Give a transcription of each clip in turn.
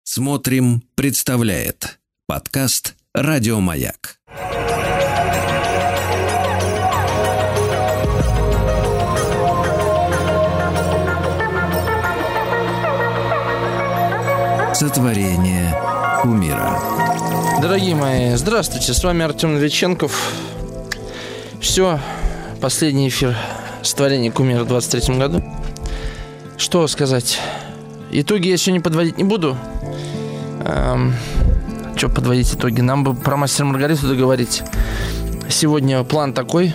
Смотрим, представляет подкаст «Радио Маяк». Сотворение кумира. Дорогие мои, здравствуйте, с вами Артем Новиченков. Все, последний эфир «Сотворение кумира» в 23 году. Что сказать? Итоги я сегодня подводить не буду. Что подводить итоги? Нам бы про «Мастера и Маргариту» договорить. Сегодня план такой.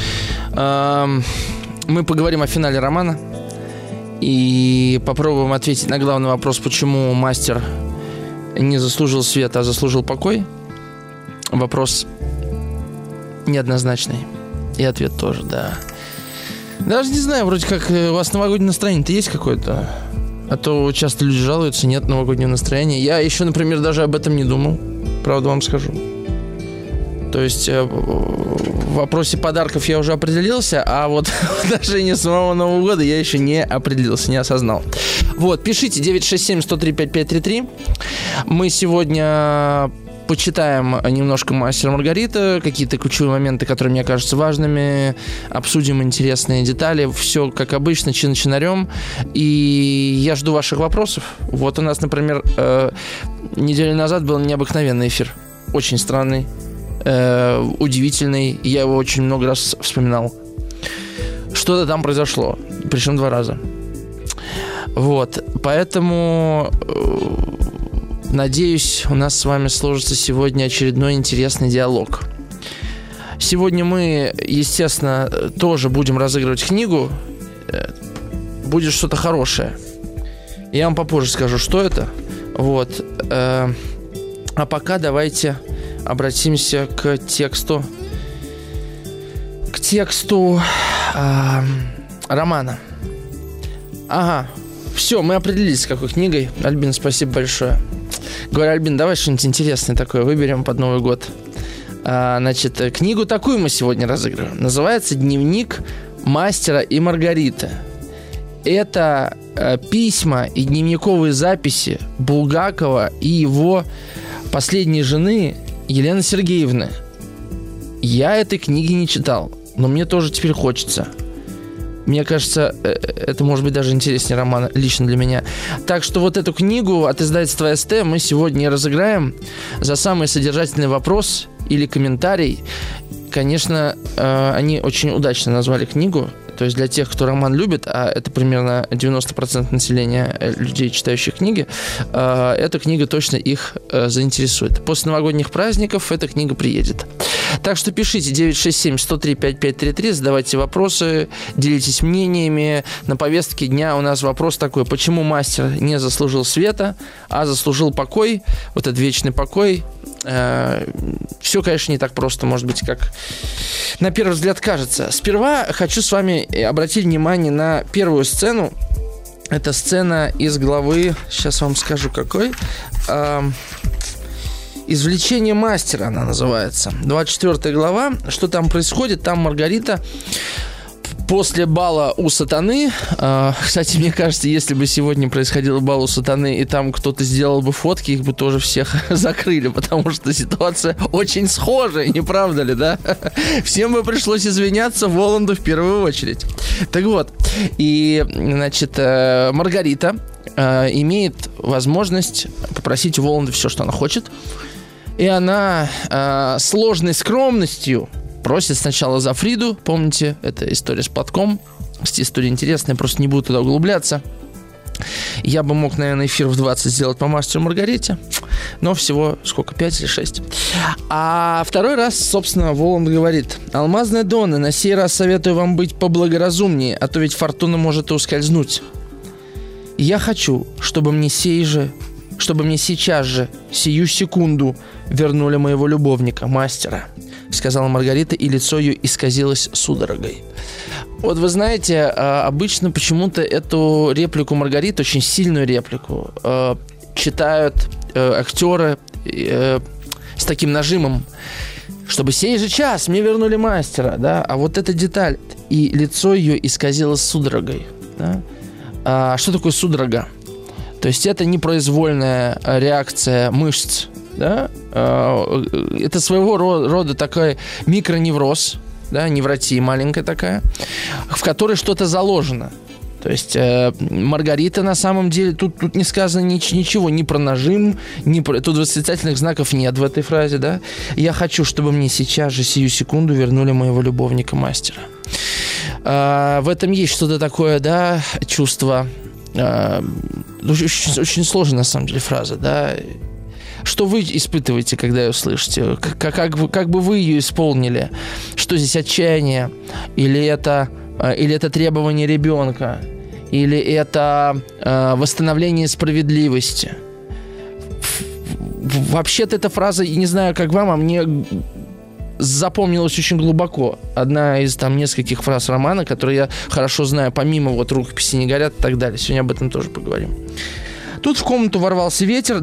Мы поговорим о финале романа и попробуем ответить на главный вопрос, почему мастер не заслужил света, а заслужил покой. Вопрос неоднозначный. И ответ тоже, да. Даже не знаю, вроде как у вас новогоднее настроение-то есть какое-то? А то часто люди жалуются, нет новогоднего настроения. Я еще, например, даже об этом не думал. Правда вам скажу. То есть в вопросе подарков я уже определился, а вот в отношении самого Нового года я еще не определился, не осознал. Вот, пишите 967-103-5533. Мы сегодня почитаем немножко «Мастера и Маргарита», какие-то ключевые моменты, которые мне кажутся важными, обсудим интересные детали, все как обычно, чин-чинарем, и я жду ваших вопросов. Вот у нас, например, неделю назад был необыкновенный эфир, очень странный, удивительный, я его очень много раз вспоминал. Что-то там произошло, причем 2 раза. Вот, поэтому надеюсь, у нас с вами сложится сегодня очередной интересный диалог. Сегодня мы, естественно, тоже будем разыгрывать книгу. Будет что-то хорошее. Я вам попозже скажу, что это. Вот. А пока давайте обратимся к тексту романа. Ага. Все, мы определились, с какой книгой. Альбин, спасибо большое. Говорю, Альбин, давай что-нибудь интересное такое выберем под Новый год. Значит, книгу такую мы сегодня разыгрываем. Называется «Дневник Мастера и Маргариты». Это письма и дневниковые записи Булгакова и его последней жены Елены Сергеевны. Я этой книги не читал, но мне тоже теперь хочется. Мне кажется, это может быть даже интереснее романа лично для меня. Так что вот эту книгу от издательства СТ мы сегодня разыграем за самый содержательный вопрос или комментарий. Конечно, они очень удачно назвали книгу. То есть для тех, кто роман любит, а это примерно 90% населения людей, читающих книги, эта книга точно их заинтересует. После новогодних праздников эта книга приедет. Так что пишите 967-103-5533, задавайте вопросы, делитесь мнениями. На повестке дня у нас вопрос такой: почему мастер не заслужил света, а заслужил покой, вот этот вечный покой? Все, конечно, не так просто, может быть, как на первый взгляд кажется. Сперва хочу с вами обратить внимание на первую сцену. Это сцена из главы, сейчас вам скажу какой, «Извлечение мастера» она называется. 24 глава. Что там происходит? Там Маргарита после бала у сатаны. Кстати, мне кажется, если бы сегодня происходил бал у сатаны, и там кто-то сделал бы фотки, их бы тоже всех закрыли, потому что ситуация очень схожая, не правда ли, да? Всем бы пришлось извиняться Воланду в первую очередь. Так вот, и, значит, Маргарита имеет возможность попросить у Воланда все, что она хочет. И она сложной скромностью просит сначала за Фриду. Помните, это история с платком. История интересная, просто не буду туда углубляться. Я бы мог, наверное, эфир в 20 сделать по «Мастеру и Маргарите». Но всего, 5 или 6. А второй раз, собственно, Воланд говорит: «Алмазная Донна, на сей раз советую вам быть поблагоразумнее, а то ведь фортуна может и ускользнуть. Я хочу, чтобы мне сейчас же, сию секунду, вернули моего любовника, мастера», сказала Маргарита, и лицо ее исказилось судорогой. Вот вы знаете, обычно почему-то эту реплику Маргариты, очень сильную реплику, читают актеры с таким нажимом, чтобы сей же час мне вернули мастера, да? А вот эта деталь, и лицо ее исказилось судорогой, да? Что такое судорога? То есть это непроизвольная реакция мышц, да? Это своего рода такой микроневроз, да, невротия маленькая такая, в которой что-то заложено. То есть Маргарита на самом деле, тут не сказано ничего, ни про нажим, тут восклицательных знаков нет в этой фразе, да. Я хочу, чтобы мне сейчас же, сию секунду, вернули моего любовника-мастера. В этом есть что-то такое, да, чувство. Очень сложная на самом деле фраза, да. Что вы испытываете, когда ее слышите? Как бы вы ее исполнили? Что здесь отчаяние? Или это требование ребенка? Или это восстановление справедливости? Вообще-то эта фраза, я не знаю, как вам, а мне запомнилась очень глубоко. Одна из там нескольких фраз романа, которые я хорошо знаю, помимо вот «Рукописи не горят» и так далее. Сегодня об этом тоже поговорим. Тут в комнату ворвался ветер.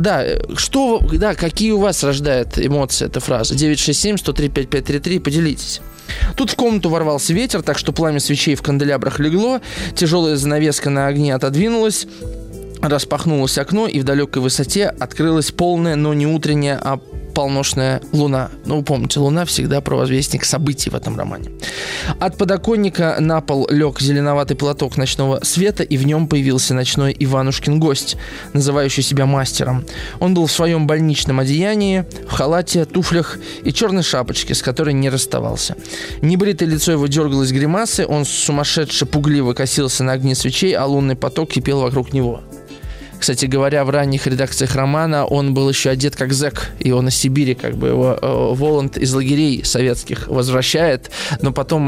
Да, какие у вас рождает эмоции эта фраза? 967-103-5533, поделитесь. Тут в комнату ворвался ветер, так что пламя свечей в канделябрах легло, тяжелая занавеска на огне отодвинулась, распахнулось окно, и в далекой высоте открылась полная, но не утренняя, а полночная луна. Ну, вы помните, луна всегда провозвестник событий в этом романе. От подоконника на пол лег зеленоватый платок ночного света, и в нем появился ночной Иванушкин гость, называющий себя мастером. Он был в своем больничном одеянии, в халате, туфлях и черной шапочке, с которой не расставался. Небритое лицо его дергалось гримасы, он сумасшедше пугливо косился на огни свечей, а лунный поток кипел вокруг него. Кстати говоря, в ранних редакциях романа он был еще одет как зэк, и он из Сибири, как бы его Воланд из лагерей советских возвращает, но потом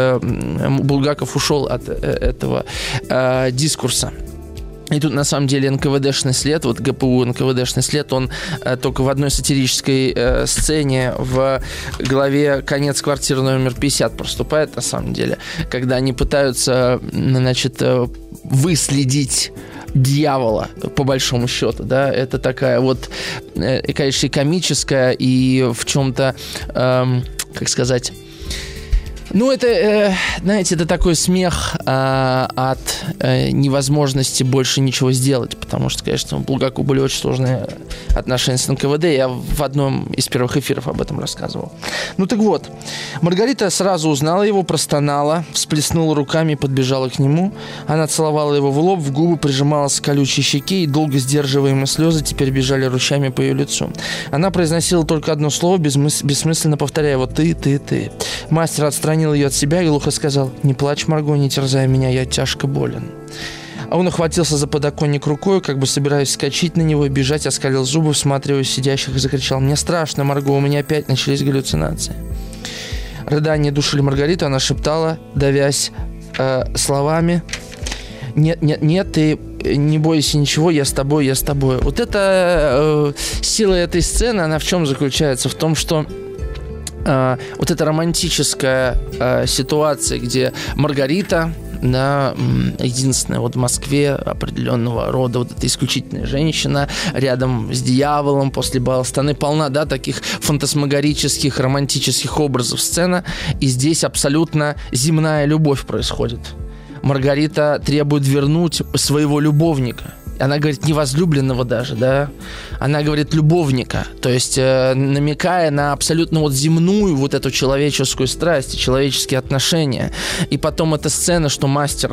Булгаков ушел от этого дискурса. И тут, на самом деле, НКВДшный след, вот ГПУ НКВДшный след, он только в одной сатирической сцене в главе «Конец квартиры номер 50» проступает, на самом деле, когда они пытаются, значит, выследить дьявола, по большому счету, да, это такая вот, конечно, и комическая, и в чем-то, как сказать, ну, это, знаете, это такой смех от невозможности больше ничего сделать, потому что, конечно, у Булгакова были очень сложные отношения с НКВД, я в одном из первых эфиров об этом рассказывал. Ну, так вот, Маргарита сразу узнала его, простонала, всплеснула руками и подбежала к нему. Она целовала его в лоб, в губы, прижималась к колючей щеке, и долго сдерживаемые слезы теперь бежали ручьями по ее лицу. Она произносила только одно слово, бессмысленно повторяя: вот ты. Мастер отстранил ее от себя и глухо сказал: «Не плачь, Марго, не терзай меня, я тяжко болен». А он охватился за подоконник рукой, как бы собираясь вскочить на него и бежать, оскалил зубы, всматриваясь в сидящих, и закричал: «Мне страшно, Марго, у меня опять начались галлюцинации». Рыдания душили Маргариту, она шептала, давясь словами: «Нет, ты не бойся ничего, я с тобой». Вот это сила этой сцены, она в чем заключается? В том, что вот эта романтическая ситуация, где Маргарита, да, единственная вот в Москве определенного рода вот эта исключительная женщина рядом с дьяволом после бала страны, полна, да, таких фантасмагорических, романтических образов сцена, и здесь абсолютно земная любовь происходит. Маргарита требует вернуть своего любовника. Она говорит не возлюбленного даже, да, она говорит любовника, то есть намекая на абсолютно вот земную вот эту человеческую страсть, человеческие отношения. И потом эта сцена, что мастер,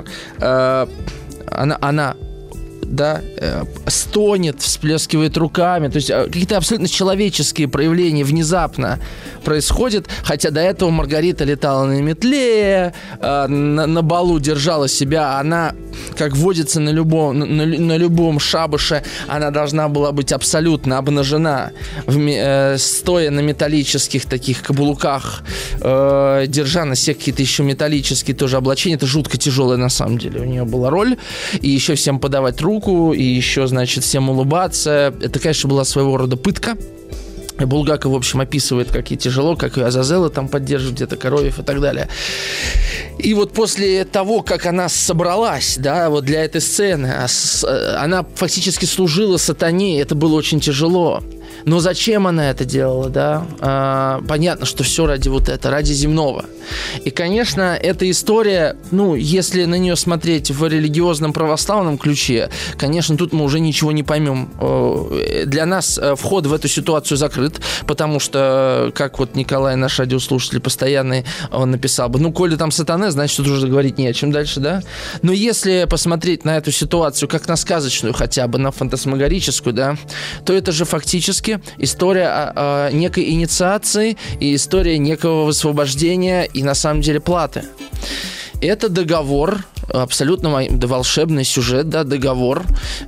она да, стонет, всплескивает руками, то есть какие-то абсолютно человеческие проявления внезапно происходят, хотя до этого Маргарита летала на метле, на балу держала себя, она, как водится на любом шабаше, она должна была быть абсолютно обнажена, стоя на металлических таких каблуках, держа на себе какие-то еще металлические тоже облачения. Это жутко тяжелая на самом деле у нее была роль, и еще всем подавать руку, и еще, значит, всем улыбаться. Это, конечно, была своего рода пытка. Булгаков, в общем, описывает, как ей тяжело, как ее Азазела там поддерживает, где-то Коровьев и так далее. И вот после того, как она собралась, да, вот для этой сцены, она фактически служила сатане, это было очень тяжело. Но зачем она это делала, да? Понятно, что все ради вот этого, ради земного. И, конечно, эта история, если на нее смотреть в религиозном православном ключе, конечно, тут мы уже ничего не поймем. Для нас вход в эту ситуацию закрыт, потому что, как вот Николай, наш радиослушатель постоянный, он написал бы, коли там сатана, значит, тут уже говорить не о чем дальше, да? Но если посмотреть на эту ситуацию как на сказочную хотя бы, на фантасмагорическую, да, то это же фактически история о некой инициации и история некого высвобождения и, на самом деле, платы. Это договор, абсолютно волшебный сюжет, да, договор,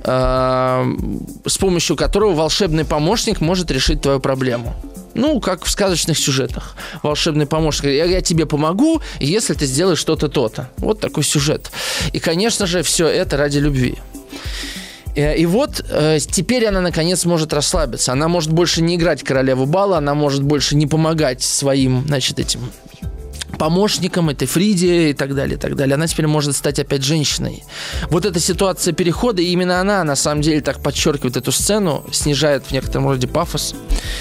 с помощью которого волшебный помощник может решить твою проблему. Как в сказочных сюжетах. Волшебный помощник. Я тебе помогу, если ты сделаешь что-то, то-то. Вот такой сюжет. И, конечно же, все это ради любви. И вот теперь она, наконец, может расслабиться. Она может больше не играть королеву бала, она может больше не помогать своим, этим помощникам, этой Фриде и так далее, и так далее. Она теперь может стать опять женщиной. Вот эта ситуация перехода, и именно она, на самом деле, так подчеркивает эту сцену, снижает в некотором роде пафос.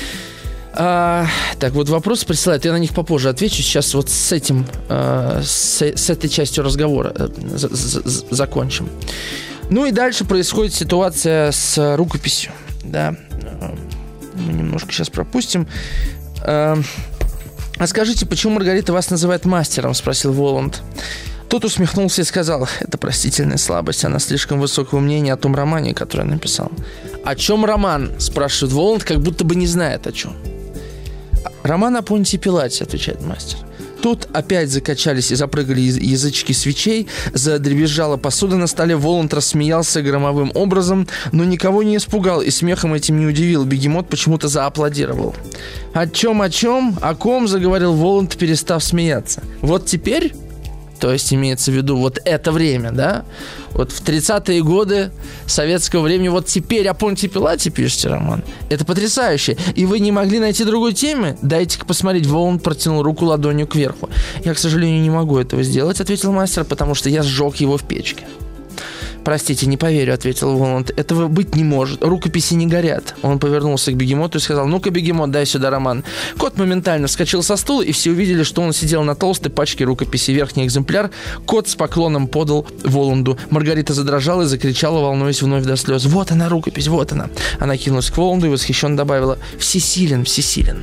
Так, вот вопросы присылают, я на них попозже отвечу. Сейчас вот с этим, с этой частью разговора закончим. И дальше происходит ситуация с рукописью. Да, мы немножко сейчас пропустим. А скажите, почему Маргарита вас называет мастером? Спросил Воланд. Тот усмехнулся и сказал: это простительная слабость, она слишком высокого мнения о том романе, который я написал. О чем роман? Спрашивает Воланд, как будто бы не знает о чем. Роман о Понтии Пилате, отвечает мастер. Тут опять закачались и запрыгали язычки свечей, задребезжала посуда на столе. Воланд рассмеялся громовым образом, но никого не испугал и смехом этим не удивил. Бегемот почему-то зааплодировал. О чем? О ком? Заговорил Воланд, перестав смеяться. Вот теперь... То есть имеется в виду вот это время, да? Вот в 30-е годы советского времени, вот теперь о Понтии Пилате пишете роман. Это потрясающе. И вы не могли найти другой темы? Дайте-ка посмотреть. Воланд протянул руку ладонью кверху. Я, к сожалению, не могу этого сделать, ответил мастер, потому что я сжег его в печке. Простите, не поверю, ответил Воланд. Этого быть не может. Рукописи не горят. Он повернулся к Бегемоту и сказал: ну-ка, Бегемот, дай сюда роман. Кот моментально вскочил со стула, и все увидели, что он сидел на толстой пачке рукописи. Верхний экземпляр кот с поклоном подал Воланду. Маргарита задрожала и закричала, волнуясь вновь до слез: вот она, рукопись, вот она. Она кинулась к Воланду и восхищенно добавила: всесилен, всесилен.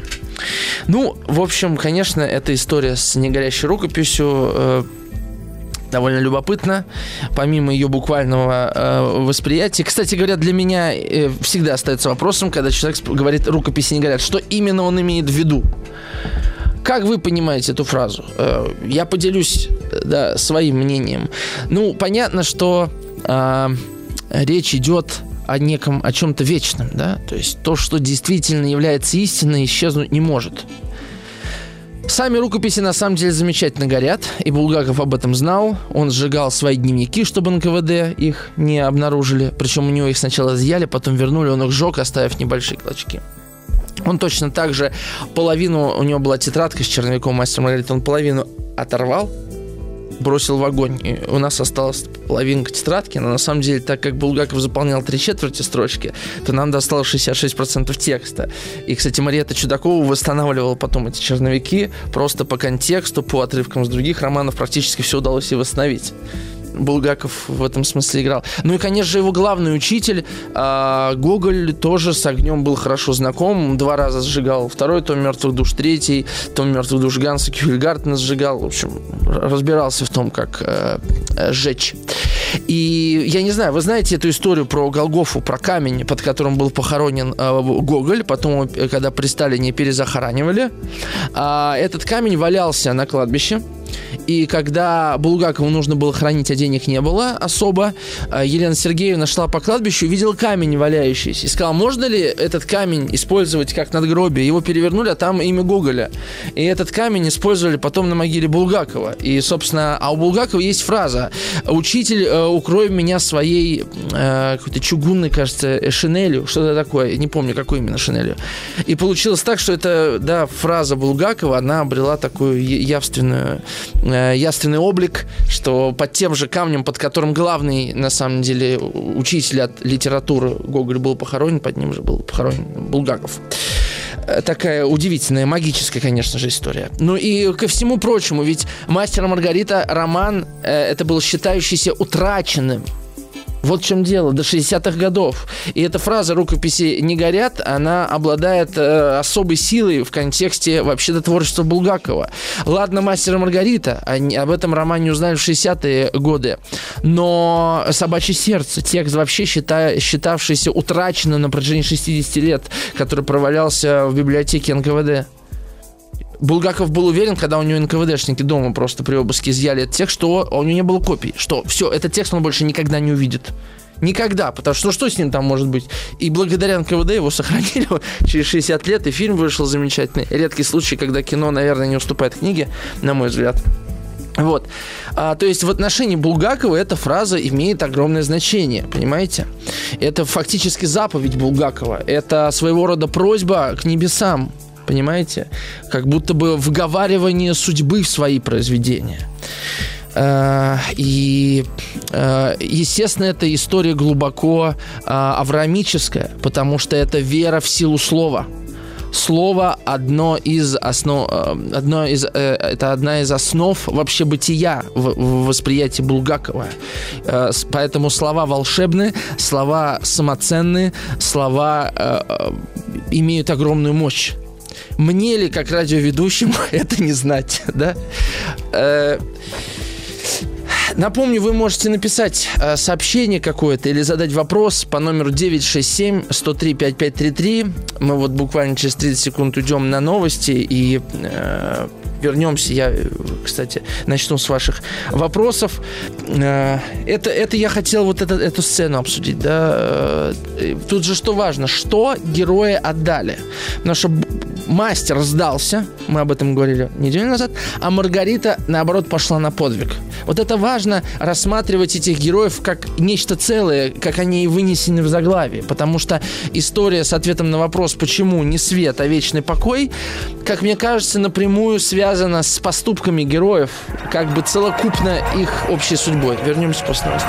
В общем, конечно, эта история с негорящей рукописью довольно любопытно, помимо ее буквального восприятия. Кстати говоря, для меня всегда остается вопросом, когда человек говорит «рукописи не горят», что именно он имеет в виду. Как вы понимаете эту фразу? Я поделюсь своим мнением. Понятно, что речь идет о чем-то вечном, да? То есть то, что действительно является истиной, исчезнуть не может. Сами рукописи на самом деле замечательно горят, и Булгаков об этом знал. Он сжигал свои дневники, чтобы НКВД их не обнаружили. Причем у него их сначала изъяли, потом вернули, он их сжег, оставив небольшие клочки. Он точно так же половину, у него была тетрадка с черновиком «Мастера Маргариты», он половину оторвал, бросил в огонь. И у нас осталась половинка тетрадки, но на самом деле, так как Булгаков заполнял 3/4 строчки, то нам досталось 66% текста. И, кстати, Мариэтта Чудакова восстанавливала потом эти черновики просто по контексту, по отрывкам с других романов. Практически все удалось и восстановить. Булгаков в этом смысле играл. И, конечно же, его главный учитель Гоголь тоже с огнем был хорошо знаком. 2 раза сжигал второй том «Мертвых душ», 3 том «Мертвых душ» Ганса Кюхельгартена сжигал. В общем, разбирался в том, как сжечь. И я не знаю, вы знаете эту историю про Голгофу, про камень, под которым был похоронен Гоголь. Потом, когда при Сталине перезахоранивали, этот камень валялся на кладбище. И когда Булгакову нужно было хранить, а денег не было особо, Елена Сергеевна шла по кладбищу и видела камень валяющийся. И сказала: можно ли этот камень использовать как надгробие? Его перевернули, а там имя Гоголя. И этот камень использовали потом на могиле Булгакова. И, собственно, у Булгакова есть фраза: «Учитель, укрой меня своей какой-то чугунной, кажется, шинелью». Что-то такое. Не помню, какой именно шинелью. И получилось так, что эта фраза Булгакова, она обрела такую явственную ясный облик, что под тем же камнем, под которым главный, на самом деле, учитель от литературы Гоголь был похоронен, под ним же был похоронен Булгаков. Такая удивительная, магическая, конечно же, история. Ну и ко всему прочему, ведь «Мастер и Маргарита» роман, это был считающийся утраченным. Вот в чем дело, до 60-х годов. И эта фраза «рукописи не горят», она обладает особой силой в контексте вообще-то творчества Булгакова. Ладно, «Мастер и Маргарита», об этом романе узнали в 60-е годы. Но «Собачье сердце», текст вообще считавшийся утраченным на протяжении 60 лет, который провалялся в библиотеке НКВД. Булгаков был уверен, когда у него НКВДшники дома просто при обыске изъяли этот текст, что у него не было копий, что все, этот текст он больше никогда не увидит. Никогда, потому что что с ним там может быть? И благодаря НКВД его сохранили через 60 лет, и фильм вышел замечательный. Редкий случай, когда кино, наверное, не уступает книге, на мой взгляд. Вот. То есть в отношении Булгакова эта фраза имеет огромное значение, понимаете? Это фактически заповедь Булгакова. Это своего рода просьба к небесам. Понимаете? Как будто бы вговаривание судьбы в свои произведения. И, естественно, эта история глубоко авраамическая, потому что это вера в силу слова. Слово это одна из основ вообще бытия в восприятии Булгакова. Поэтому слова волшебны, слова самоценны, слова имеют огромную мощь. Мне ли, как радиоведущему, это не знать, да? Напомню, вы можете написать сообщение какое-то или задать вопрос по номеру 967-103-5533. Мы вот буквально через 30 секунд уйдем на новости и вернемся. Я, кстати, начну с ваших вопросов. Это я хотел вот эту сцену обсудить, да? Тут же что важно, что герои отдали. Потому что мастер сдался, мы об этом говорили неделю назад, а Маргарита, наоборот, пошла на подвиг. Вот это важно рассматривать этих героев как нечто целое, как они и вынесены в заглавие. Потому что история с ответом на вопрос, почему не свет, а вечный покой, как мне кажется, напрямую связана с поступками героев, как бы целокупно их общей судьбой. Вернемся после новостей.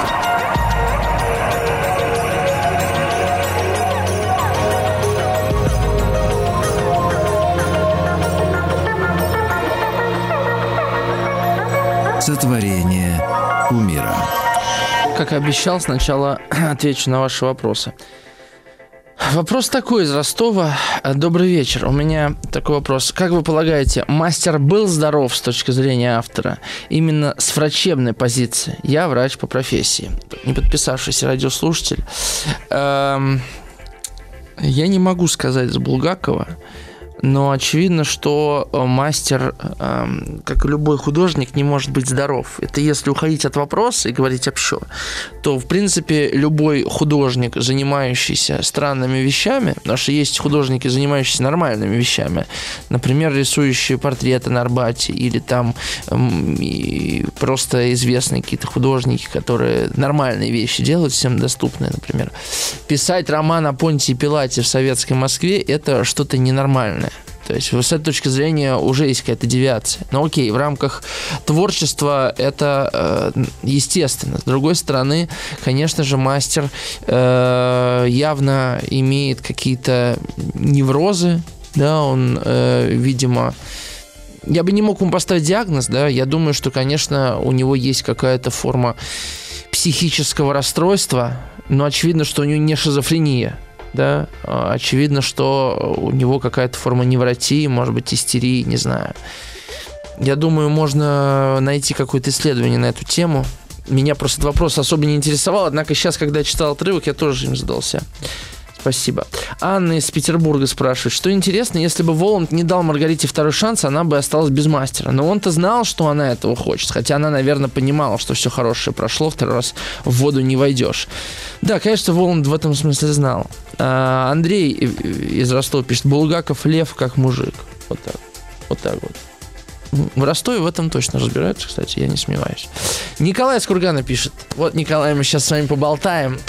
Сотворение кумира. Как и обещал, сначала отвечу на ваши вопросы. Вопрос такой из Ростова. Добрый вечер. У меня такой вопрос. Как вы полагаете, мастер был здоров с точки зрения автора? Именно с врачебной позиции. Я врач по профессии. Не подписавшийся радиослушатель. Я не могу сказать за Булгакова. Но очевидно, что мастер, как и любой художник, не может быть здоров. Это если уходить от вопроса и говорить общо, то, в принципе, любой художник, занимающийся странными вещами, потому что есть художники, занимающиеся нормальными вещами, например, рисующие портреты на Арбате, или там просто известные какие-то художники, которые нормальные вещи делают, всем доступные, например. Писать роман о Понтии Пилате в советской Москве – это что-то ненормальное. То есть, с этой точки зрения уже есть какая-то девиация. Но окей, в рамках творчества это естественно. С другой стороны, конечно же, мастер явно имеет какие-то неврозы, да, он, видимо... Я бы не мог ему поставить диагноз, да, я думаю, что, конечно, у него есть какая-то форма психического расстройства, но очевидно, что у него не шизофрения. Да, очевидно, что у него какая-то форма невротии, может быть, истерии, не знаю. Я думаю, можно найти какое-то исследование на эту тему. Меня просто этот вопрос особо не интересовал, однако сейчас, когда я читал отрывок, я тоже им задался. Спасибо. Анна из Петербурга спрашивает, что интересно, если бы Воланд не дал Маргарите второй шанс, она бы осталась без мастера. Но он-то знал, что она этого хочет, хотя она, наверное, понимала, что все хорошее прошло, второй раз в воду не войдешь. Да, конечно, Воланд в этом смысле знал. Андрей из Ростова пишет, Булгаков лев как мужик. Вот так. Вот так вот. В Ростове в этом точно разбираются, кстати, я не сомневаюсь. Николай из Кургана пишет. Вот, Николай, мы сейчас с вами поболтаем.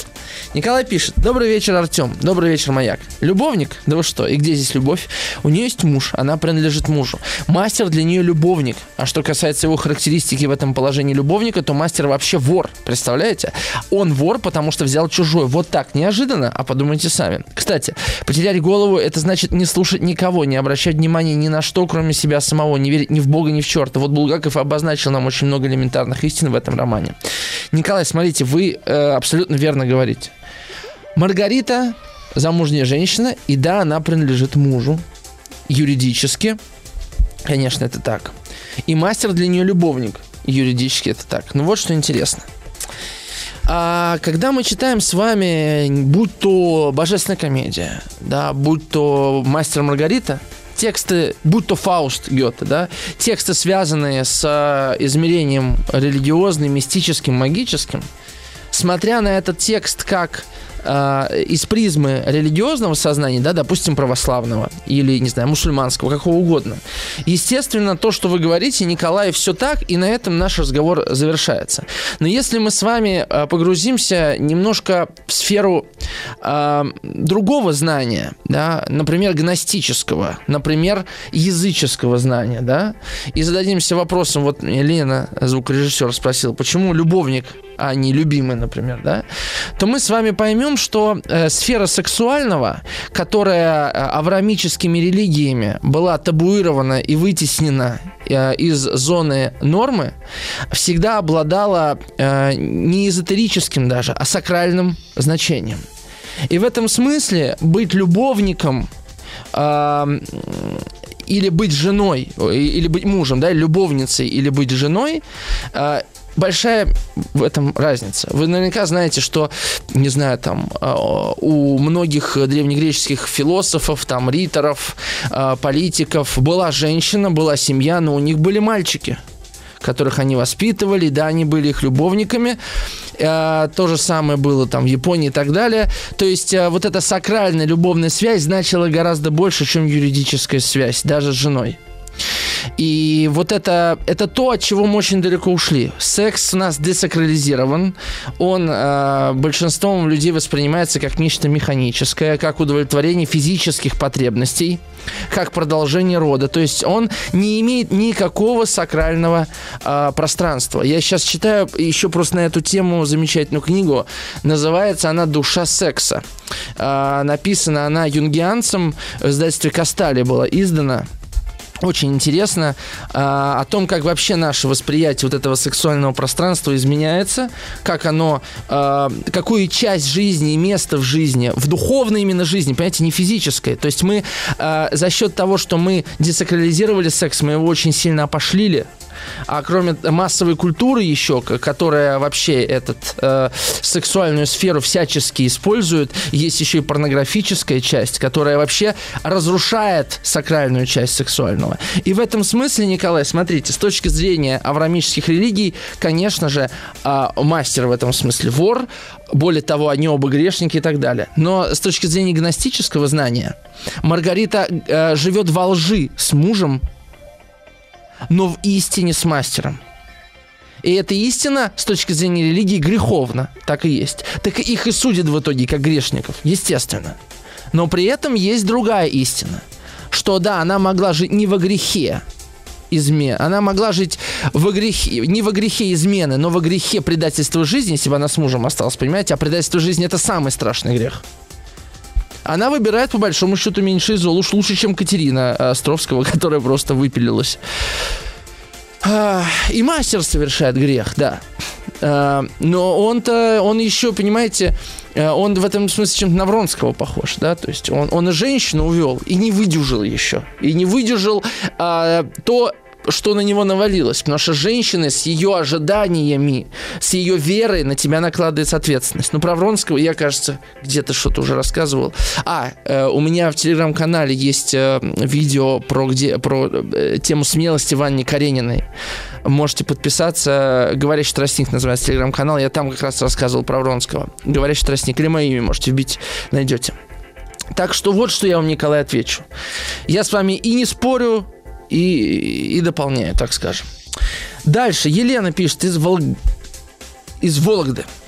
Николай пишет: добрый вечер, Артем. Добрый вечер, Маяк. Любовник? Да вы что? И где здесь любовь? У нее есть муж, она принадлежит мужу. Мастер для нее любовник. А что касается его характеристики в этом положении любовника, то мастер вообще вор. Представляете? Он вор, потому что взял чужой. Вот так, неожиданно, а подумайте сами. Кстати, потерять голову — это значит не слушать никого, не обращать внимания ни на что, кроме себя самого, не верить ни в Бога, ни в черта. Вот Булгаков обозначил нам очень много элементарных истин в этом романе. Николай, смотрите, вы абсолютно верно говорите. Маргарита замужняя женщина, и да, она принадлежит мужу. Юридически, конечно, это так. И мастер для нее любовник. Юридически это так. Ну вот что интересно. Когда мы читаем с вами, будь то «Божественная комедия», да, будь то «Мастер Маргарита», тексты, будь то Фауст Гёте, да, тексты, связанные с измерением религиозным, мистическим, магическим, смотря на этот текст как из призмы религиозного сознания, да, допустим, православного или, не знаю, мусульманского, какого угодно. Естественно, то, что вы говорите, Николай, все так, и на этом наш разговор завершается. Но если мы с вами погрузимся немножко в сферу другого знания, да, например, гностического, например, языческого знания, да, и зададимся вопросом, вот Лена, звукорежиссер, спросила, почему любовник, а не любимый, например, да, то мы с вами поймем, что сфера сексуального, которая авраамическими религиями была табуирована и вытеснена из зоны нормы, всегда обладала не эзотерическим даже, а сакральным значением. И в этом смысле быть любовником или быть женой, или быть мужем, да, любовницей, или быть женой, большая в этом разница. Вы наверняка знаете, что, не знаю, там, у многих древнегреческих философов, там, риторов, политиков была женщина, была семья, но у них были мальчики, которых они воспитывали, да, они были их любовниками. То же самое было там в Японии и так далее. То есть вот эта сакральная любовная связь значила гораздо больше, чем юридическая связь, даже с женой. И вот это то, от чего мы очень далеко ушли. Секс у нас десакрализирован. Он большинством людей воспринимается как нечто механическое, как удовлетворение физических потребностей, как продолжение рода. То есть он не имеет никакого сакрального пространства. Я сейчас читаю еще просто на эту тему замечательную книгу. Называется она «Душа секса». Написана она юнгианцем, в издательстве Кастали была издана. Очень интересно о том, как вообще наше восприятие вот этого сексуального пространства изменяется, как оно, какую часть жизни и место в жизни, в духовной именно жизни, понимаете, не физической. То есть мы за счет того, что мы десакрализировали секс, мы его очень сильно опошлили. А кроме массовой культуры еще, которая вообще сексуальную сферу всячески использует, есть еще и порнографическая часть, которая вообще разрушает сакральную часть сексуального. И в этом смысле, Николай, смотрите, с точки зрения авраамических религий, конечно же, мастер в этом смысле вор, более того, они оба грешники и так далее. Но с точки зрения гностического знания, Маргарита живет во лжи с мужем, но в истине с мастером. И эта истина, с точки зрения религии, греховна. Так и есть. Так их и судят в итоге, как грешников. Естественно. Но при этом есть другая истина. Что да, она могла жить не во грехе измены. Она могла жить не во грехе измены, но во грехе предательства жизни, если бы она с мужем осталась, понимаете? А предательство жизни – это самый страшный грех. Она выбирает, по большому счету, меньшее зло. Уж лучше, чем Катерина Островского, которая просто выпилилась. И мастер совершает грех, да. Но он еще, понимаете, он в этом смысле чем-то на Вронского похож, да. То есть он и женщину увел, и не выдержал еще. И не выдержал то, что на него навалилось. Потому что женщина с ее ожиданиями, с ее верой на тебя накладывается ответственность. Ну, про Вронского я, кажется, где-то что-то уже рассказывал. У меня в телеграм-канале есть видео про тему смелости Вани Карениной. Можете подписаться. «Говорящий тростник» называется телеграм-канал. Я там как раз рассказывал про Вронского. «Говорящий тростник» или мое имя можете вбить, найдете. Так что вот что я вам, Николай, отвечу. Я с вами и не спорю, и дополняю, так скажем. Дальше. Елена пишет из Вологды.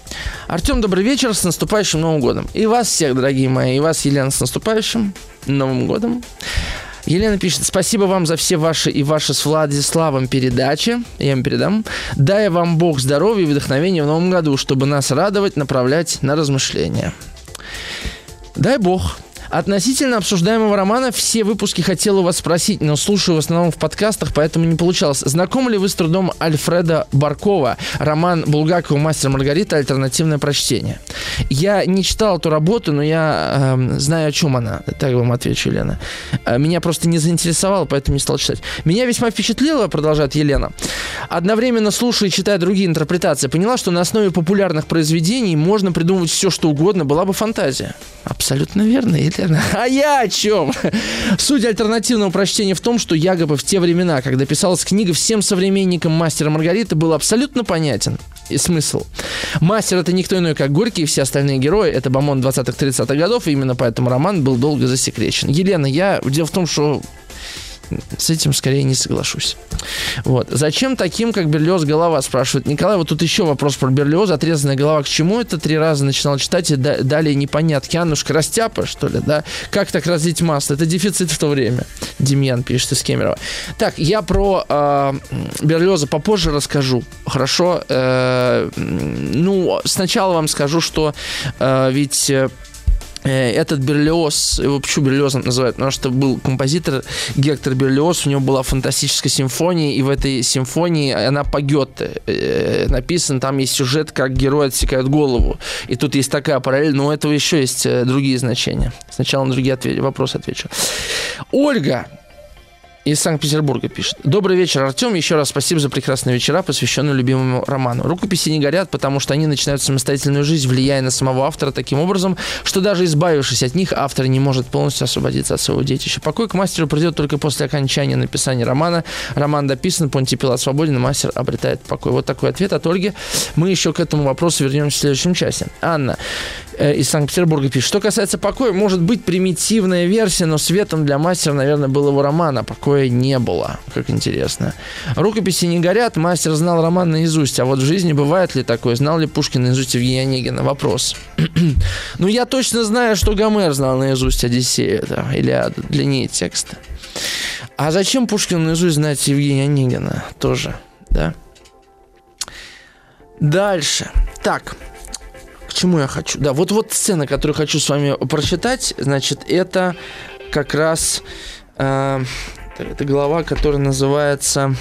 Артем, добрый вечер, с наступающим Новым годом. И вас всех, дорогие мои, и вас, Елена, с наступающим Новым годом. Елена пишет: спасибо вам за все ваши и ваши с Владиславом передачи. Я им передам. Дай вам Бог здоровья и вдохновения в Новом году, чтобы нас радовать, направлять на размышления. Дай Бог. Относительно обсуждаемого романа все выпуски хотел у вас спросить, но слушаю в основном в подкастах, поэтому не получалось. Знакомы ли вы с трудом Альфреда Баркова? Роман Булгакова «Мастер и Маргарита. Альтернативное прочтение». Я не читал эту работу, но я знаю, о чем она. Так вам отвечу, Елена. Меня просто не заинтересовало, поэтому не стал читать. Меня весьма впечатлило, продолжает Елена. Одновременно слушая и читая другие интерпретации, поняла, что на основе популярных произведений можно придумывать все, что угодно, была бы фантазия. Абсолютно верно, Елена. А я о чем? Суть альтернативного прочтения в том, что якобы в те времена, когда писалась книга, всем современникам «Мастера и Маргариты» был абсолютно понятен и смысл. Мастер — это никто иной, как Горький, и все остальные герои — это бомонд 20-30-х годов, и именно поэтому роман был долго засекречен. Елена, дело в том, что с этим скорее не соглашусь. Вот. Зачем таким, как Берлиоз, голова, спрашивает Николай. Вот тут еще вопрос про Берлиоза. Отрезанная голова к чему? Это 3 раза начинал читать, и далее непонятки. Аннушка Растяпа, что ли, да? Как так разлить масло? Это дефицит в то время. Демьян пишет из Кемерово. Так, я про Берлиоза попозже расскажу. Хорошо? Сначала вам скажу, что ведь... Этот Берлиоз, его почему Берлиозом называют? Потому что был композитор Гектор Берлиоз, у него была фантастическая симфония, и в этой симфонии она по Гёте написана, там есть сюжет, как герои отсекают голову. И тут есть такая параллель, но у этого еще есть другие значения. Сначала на другие вопросы отвечу. Ольга из Санкт-Петербурга пишет. Добрый вечер, Артем. Еще раз спасибо за прекрасные вечера, посвященные любимому роману. Рукописи не горят, потому что они начинают самостоятельную жизнь, влияя на самого автора таким образом, что даже избавившись от них, автор не может полностью освободиться от своего детища. Покой к мастеру придет только после окончания написания романа. Роман дописан, Понтий Пилат свободен, и мастер обретает покой. Вот такой ответ от Ольги. Мы еще к этому вопросу вернемся в следующем часе. Анна из Санкт-Петербурга пишет. Что касается покоя, может быть примитивная версия, но светом для мастера, наверное, был его роман, а покоя не было. Как интересно. Рукописи не горят, мастер знал роман наизусть, а вот в жизни бывает ли такое? Знал ли Пушкин наизусть Евгения Онегина? Вопрос. Я точно знаю, что Гомер знал наизусть Одиссею, Илиаду, длиннее текста. А зачем Пушкину наизусть знать Евгения Онегина? Тоже, да? Дальше. Так. К чему я хочу? Да, вот сцена, которую хочу с вами прочитать, значит, это как раз это глава, которая называется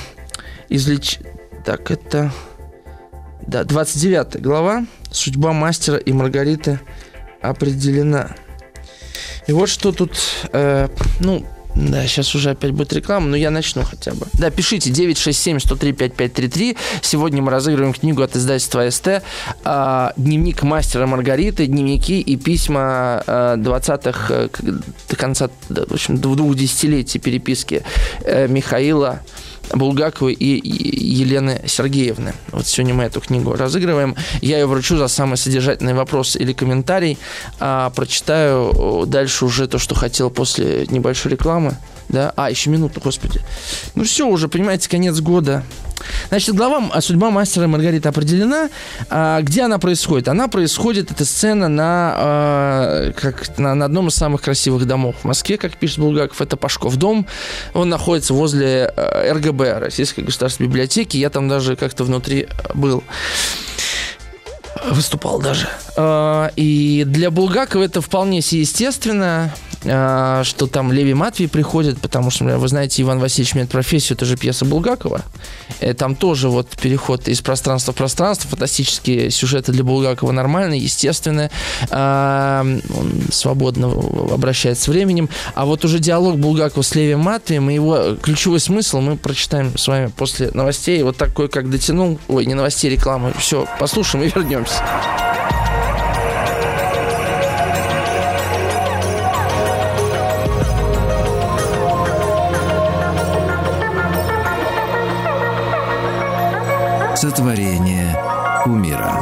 29 глава. Судьба мастера и Маргариты определена. И вот что тут, да, сейчас уже опять будет реклама, но я начну хотя бы. Да, пишите 967-103-5533. Сегодня мы разыгрываем книгу от издательства СТ «Дневник мастера Маргариты», дневники и письма 20-х до конца, в общем, 2 десятилетий переписки Михаила Булгаковой и Елены Сергеевны. Вот сегодня мы эту книгу разыгрываем. Я ее вручу за самый содержательный вопрос или комментарий. Прочитаю дальше уже то, что хотел после небольшой рекламы. Да? Еще минуту, господи. Все, уже, понимаете, конец года. Значит, глава «Судьба мастера и Маргариты» определена. Где она происходит? Она происходит, эта сцена, на одном из самых красивых домов в Москве, как пишет Булгаков. Это Пашков дом. Он находится возле РГБ, Российской государственной библиотеки. Я там даже как-то внутри был. Выступал даже. И для Булгакова это вполне себе естественно, что там Левий Матвей приходит, потому что, вы знаете, Иван Васильевич меняет профессию, это же пьеса Булгакова. Там тоже переход из пространства в пространство, фантастические сюжеты для Булгакова нормальные, естественные. Он свободно обращается с временем. А вот уже диалог Булгакова с Левием Матвеем и его ключевой смысл мы прочитаем с вами после новостей. Вот такой, как дотянул. Ой, не новостей, рекламы. Все, послушаем и вернемся. Сотворение кумира.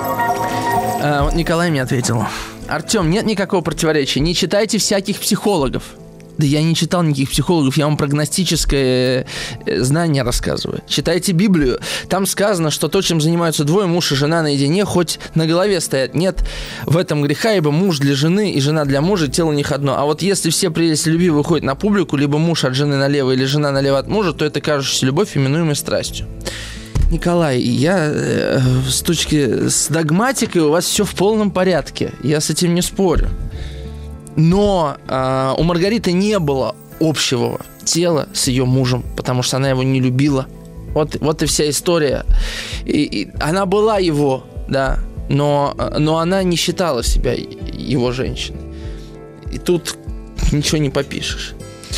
Николай мне ответил. Артем, нет никакого противоречия. Не читайте всяких психологов. Да я не читал никаких психологов, я вам про гностическое знание рассказываю. Читайте Библию. Там сказано, что то, чем занимаются двое, муж и жена наедине, хоть на голове стоят. Нет в этом греха, ибо муж для жены и жена для мужа, тело у них одно. А вот если все прелести любви выходят на публику, либо муж от жены налево, или жена налево от мужа, то это кажущаяся любовь, именуемая страстью. Николай, я с догматикой у вас все в полном порядке. Я с этим не спорю. Но у Маргариты не было общего тела с ее мужем, потому что она его не любила. Вот и вся история. И она была его, да, но она не считала себя его женщиной. И тут ничего не попишешь.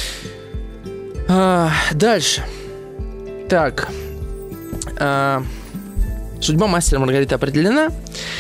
Дальше. Так. Судьба мастера Маргариты определена.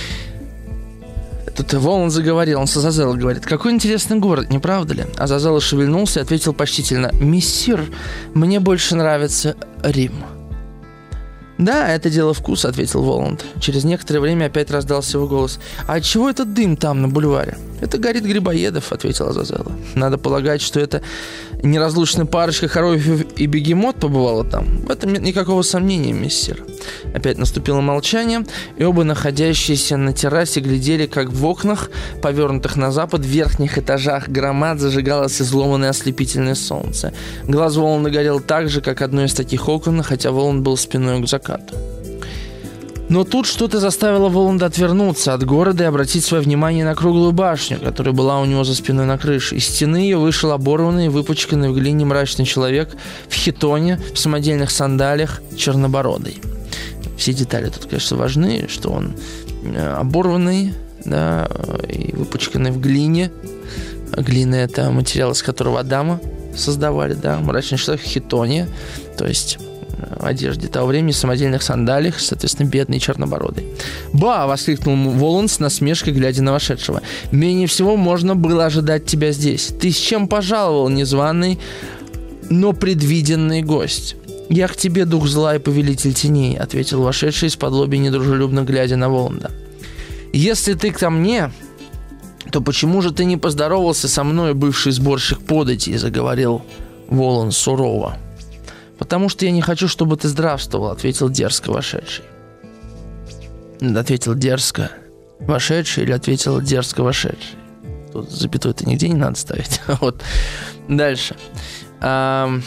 Тут Воланд заговорил, он с Азазелло говорит: какой интересный город, не правда ли? Азазелло шевельнулся и ответил почтительно: мессир, мне больше нравится Рим. Да, это дело вкуса, ответил Воланд. Через некоторое время опять раздался его голос: а отчего этот дым там на бульваре? Это горит Грибоедов, ответил Азазелло. Надо полагать, что это неразлучная парочка Хоровьев и Бегемот побывала там. В этом нет никакого сомнения, мессир. Опять наступило молчание, и оба, находящиеся на террасе, глядели, как в окнах, повернутых на запад, в верхних этажах громад зажигалось изломанное ослепительное солнце. Глаз Воланда горел так же, как одно из таких окон, хотя Воланд был спиной к закату. Но тут что-то заставило Воланда отвернуться от города и обратить свое внимание на круглую башню, которая была у него за спиной на крыше. Из стены ее вышел оборванный и выпачканный в глине мрачный человек в хитоне, в самодельных сандалиях, чернобородый. Все детали тут, конечно, важны, что он оборванный, да, и выпачканный в глине. Глина – это материал, из которого Адама создавали, да, мрачный человек в хитоне, то есть одежде того времени, самодельных сандалиях, соответственно, бедный чернобородый. «Ба!» — воскликнул Воланд с насмешкой, глядя на вошедшего. «Менее всего можно было ожидать тебя здесь. Ты с чем пожаловал, незваный, но предвиденный гость?» «Я к тебе, дух зла и повелитель теней», — ответил вошедший из-подлобья, недружелюбно глядя на Воланда. «Если ты ко мне, то почему же ты не поздоровался со мной, бывший сборщик податей?» — заговорил Воланд сурово. «Потому что я не хочу, чтобы ты здравствовал», — ответил дерзко вошедший. Ответил дерзко вошедший или ответил дерзко вошедший? Тут запятую-то нигде не надо ставить. Вот. Дальше. «Но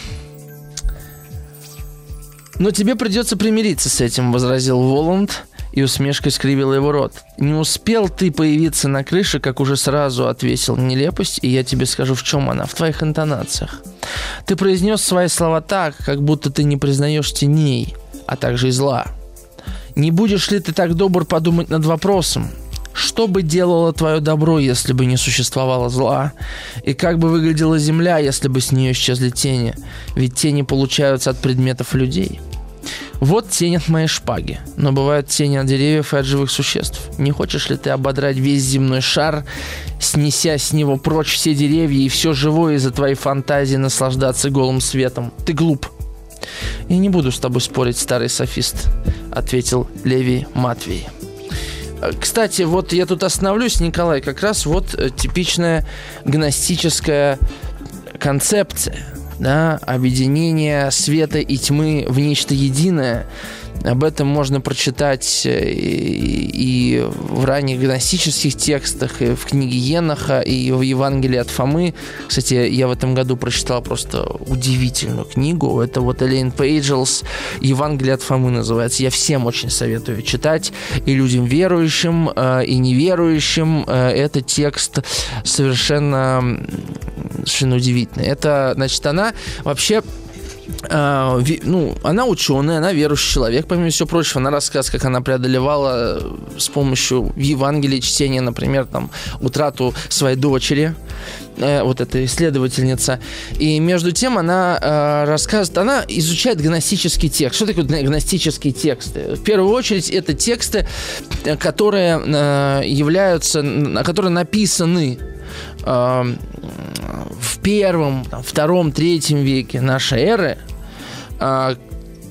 тебе придется примириться с этим», — возразил Воланд, и усмешкой скривила его рот. «Не успел ты появиться на крыше, как уже сразу отвесил нелепость, и я тебе скажу, в чем она, в твоих интонациях. Ты произнес свои слова так, как будто ты не признаешь теней, а также и зла. Не будешь ли ты так добр подумать над вопросом, что бы делало твое добро, если бы не существовало зла? И как бы выглядела земля, если бы с нее исчезли тени? Ведь тени получаются от предметов людей. Вот тень от моей шпаги, но бывают тени от деревьев и от живых существ. Не хочешь ли ты ободрать весь земной шар, снеся с него прочь все деревья и все живое из-за твоей фантазии наслаждаться голым светом? Ты глуп». «Я не буду с тобой спорить, старый софист», — ответил Левий Матвей. Кстати, вот я тут остановлюсь, Николай, как раз вот типичная гностическая концепция. Да, объединение света и тьмы в нечто единое. Об этом можно прочитать и в ранних гностических текстах, и в книге Еноха, и в Евангелии от Фомы. Кстати, я в этом году прочитал просто удивительную книгу. Это вот Элейн Пейджелс «Евангелие от Фомы» называется. Я всем очень советую читать, и людям верующим, и неверующим. Это текст совершенно удивительный. Это, значит, она вообще... она ученая, она верующий человек, помимо всего прочего. Она рассказывает, как она преодолевала с помощью Евангелия чтения, например, там, утрату своей дочери. Вот эта исследовательница. И между тем она рассказывает, она изучает гностический текст. Что такое гностические тексты? В первую очередь это тексты, которые которые написаны в первом, втором, третьем веке нашей эры,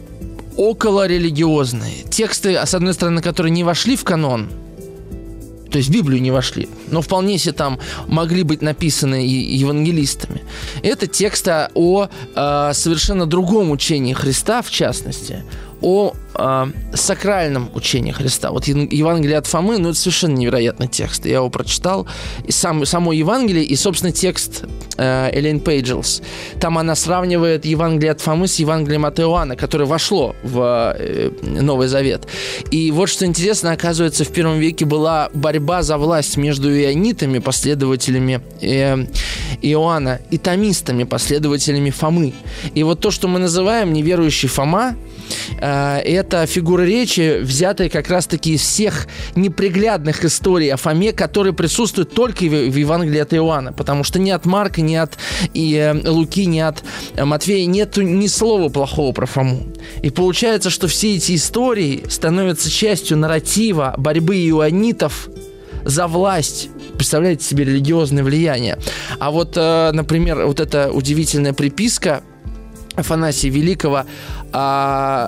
около религиозные. Тексты, с одной стороны, которые не вошли в канон, то есть в Библию не вошли, но вполне себе там могли быть написаны и евангелистами. Это тексты о совершенно другом учении Христа, в частности, о сакральном учении Христа. Вот Евангелие от Фомы, это совершенно невероятный текст. Я его прочитал. И само Евангелие, и, собственно, текст Элейн Пейджелс. Там она сравнивает Евангелие от Фомы с Евангелием от Иоанна, которое вошло в Новый Завет. И вот что интересно, оказывается, в первом веке была борьба за власть между ионитами, последователями Иоанна, и томистами, последователями Фомы. И вот то, что мы называем неверующий Фома, это фигура речи, взятая как раз-таки из всех неприглядных историй о Фоме, которые присутствуют только в Евангелии от Иоанна, потому что ни от Марка, ни от Луки, ни от Матфея нету ни слова плохого про Фому. И получается, что все эти истории становятся частью нарратива борьбы иоаннитов за власть. Представляете себе религиозное влияние. А вот, например, вот эта удивительная приписка Афанасия Великого о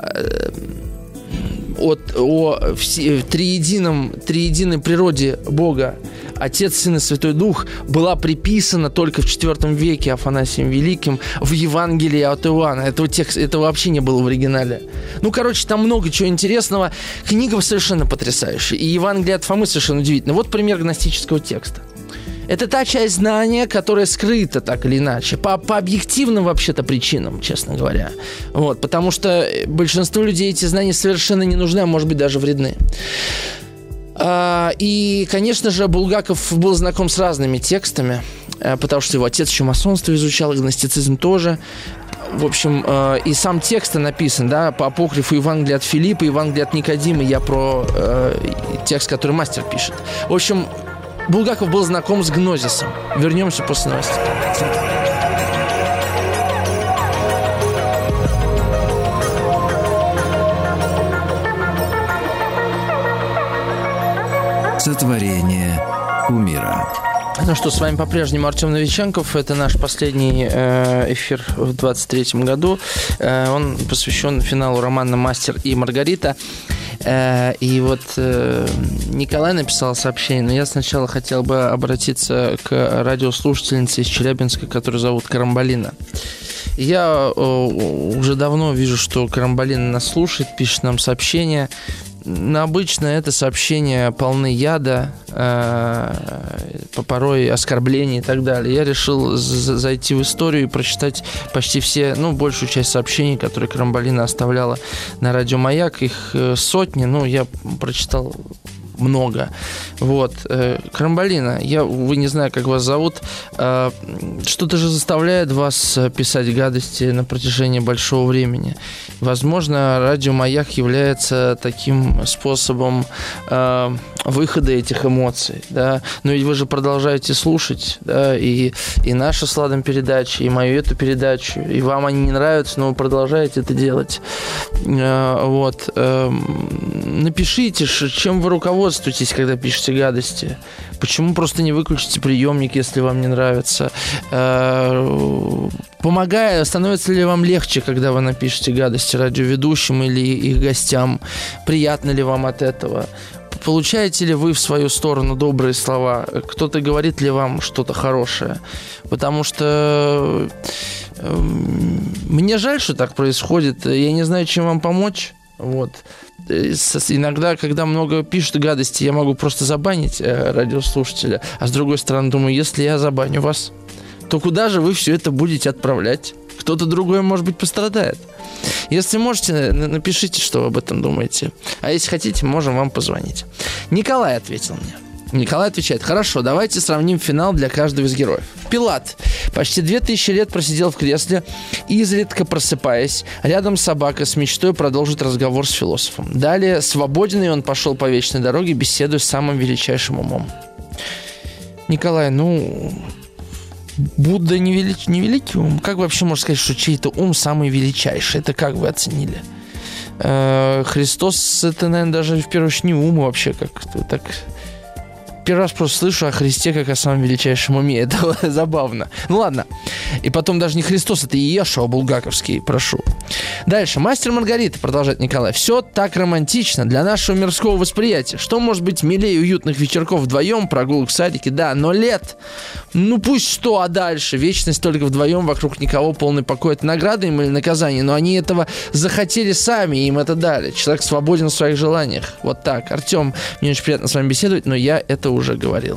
триединой природе Бога, Отец, Сын и Святой Дух, была приписана только в IV веке Афанасием Великим в Евангелии от Иоанна. Этого вообще не было в оригинале. Там много чего интересного. Книга совершенно потрясающая. И Евангелие от Фомы совершенно удивительно. Вот пример гностического текста. Это та часть знания, которая скрыта так или иначе, по объективным вообще-то причинам, честно говоря. Потому что большинству людей эти знания совершенно не нужны, а может быть даже вредны. И, конечно же, Булгаков был знаком с разными текстами, потому что его отец еще масонство изучал, и гностицизм тоже. В общем, и сам текст написан, по апокрифу Евангелия от Филиппа, Евангелия от Никодима. Я про текст, который мастер пишет. В общем, Булгаков был знаком с гнозисом. Вернемся после новостей. Сотворение кумира. Ну что, с вами по-прежнему Артем Новиченков. Это наш последний эфир в 23-м году. Он посвящен финалу романа «Мастер и Маргарита». И вот Николай написал сообщение, но я сначала хотел бы обратиться к радиослушательнице из Челябинска, которую зовут Карамбалина. Я уже давно вижу, что Карамбалина нас слушает, пишет нам сообщения. Но обычно это сообщения полны яда, порой оскорблений и так далее. Я решил зайти в историю и прочитать почти все, большую часть сообщений, которые Карамбалина оставляла на радио «Маяк». Их сотни, я прочитал много. Карамбалина, вы не знаю, как вас зовут. Что-то же заставляет вас писать гадости на протяжении большого времени. Возможно, радио «Маяк» является таким способом выхода этих эмоций, да. Но ведь вы же продолжаете слушать, да, и наши с Ладом передачи, и мою эту передачу, и вам они не нравятся, но вы продолжаете это делать. Напишите, чем вы руководствуетесь, когда пишете гадости. Почему просто не выключите приемник, если вам не нравится? Становится ли вам легче, когда вы напишете гадости радиоведущим или их гостям? Приятно ли вам от этого? Получаете ли вы в свою сторону добрые слова? Кто-то говорит ли вам что-то хорошее? Потому что мне жаль, что так происходит. Я не знаю, чем вам помочь. Иногда, когда много пишут гадости, я могу просто забанить радиослушателя. А с другой стороны, думаю, если я забаню вас, то куда же вы все это будете отправлять? Кто-то другой, может быть, пострадает. Если можете, напишите, что вы об этом думаете. А если хотите, можем вам позвонить. Николай ответил мне. Николай отвечает: хорошо, давайте сравним финал для каждого из героев. Пилат почти 2000 лет просидел в кресле, изредка просыпаясь. Рядом собака с мечтой продолжит разговор с философом. Далее, свободен, и он пошел по вечной дороге, беседуя с самым величайшим умом. Николай, Будда не великий ум. Как вообще можно сказать, что чей-то ум самый величайший? Это как вы оценили? Христос, это, наверное, даже в первую очередь не ум вообще, как-то так. первый раз просто слышу о Христе как о самом величайшем уме. Это забавно. Ну ладно. И потом даже не Христос, это Иешуа булгаковский, прошу. Дальше. «Мастер и Маргарита», продолжает Николай. «Все так романтично для нашего мирского восприятия. Что может быть милее уютных вечерков вдвоем, прогулок в садике? Да, но лет, ну пусть 100, а дальше? Вечность только вдвоем, вокруг никого, полный покой. Это награда им или наказание? Но они этого захотели сами, и им это дали. Человек свободен в своих желаниях». Вот так. Артем, мне очень приятно с вами беседовать, но я это уже говорил.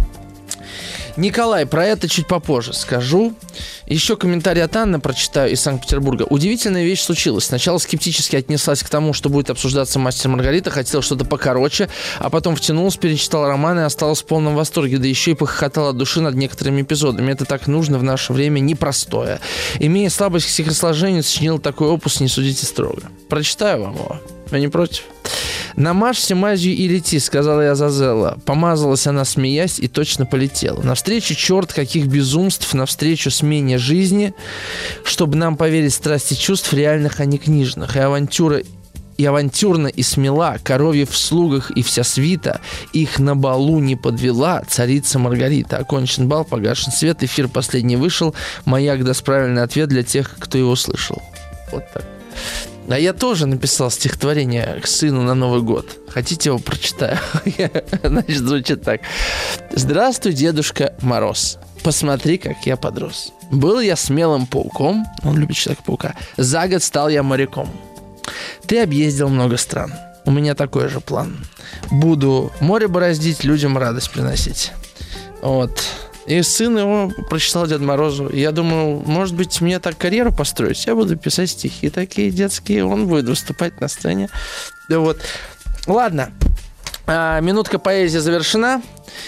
Николай, про это чуть попозже скажу. Еще комментарий от Анны прочитаю из Санкт-Петербурга. «Удивительная вещь случилась. Сначала скептически отнеслась к тому, что будет обсуждаться «Мастер и Маргарита». Хотела что-то покороче, а потом втянулась, перечитала роман и осталась в полном восторге. Да еще и похохотала от души над некоторыми эпизодами. Это так нужно в наше время непростое. Имея слабость к стихосложению, сочинил такой опус, не судите строго». Прочитаю вам его. Вы не против? «Намажься мазью и лети», — сказала я Азазелла. Помазалась она, смеясь, и точно полетела. Навстречу черт каких безумств, навстречу смене жизни, чтобы нам поверить страсти чувств реальных, а не книжных. И авантюрно и смела, коровья в слугах и вся свита, их на балу не подвела царица Маргарита. Окончен бал, погашен свет, эфир последний вышел, маяк даст правильный ответ для тех, кто его слышал». Вот так. А я тоже написал стихотворение к сыну на Новый год. Хотите, его прочитаю? Значит, звучит так. «Здравствуй, Дедушка Мороз. Посмотри, как я подрос. Был я смелым пауком». Он любит Человека-паука. «За год стал я моряком. Ты объездил много стран. У меня такой же план. Буду море бороздить, людям радость приносить». Вот. И сын его прочитал Деду Морозу. И я думаю, может быть, мне так карьеру построить? Я буду писать стихи такие детские, он будет выступать на сцене. Да вот. Ладно. Минутка поэзии завершена.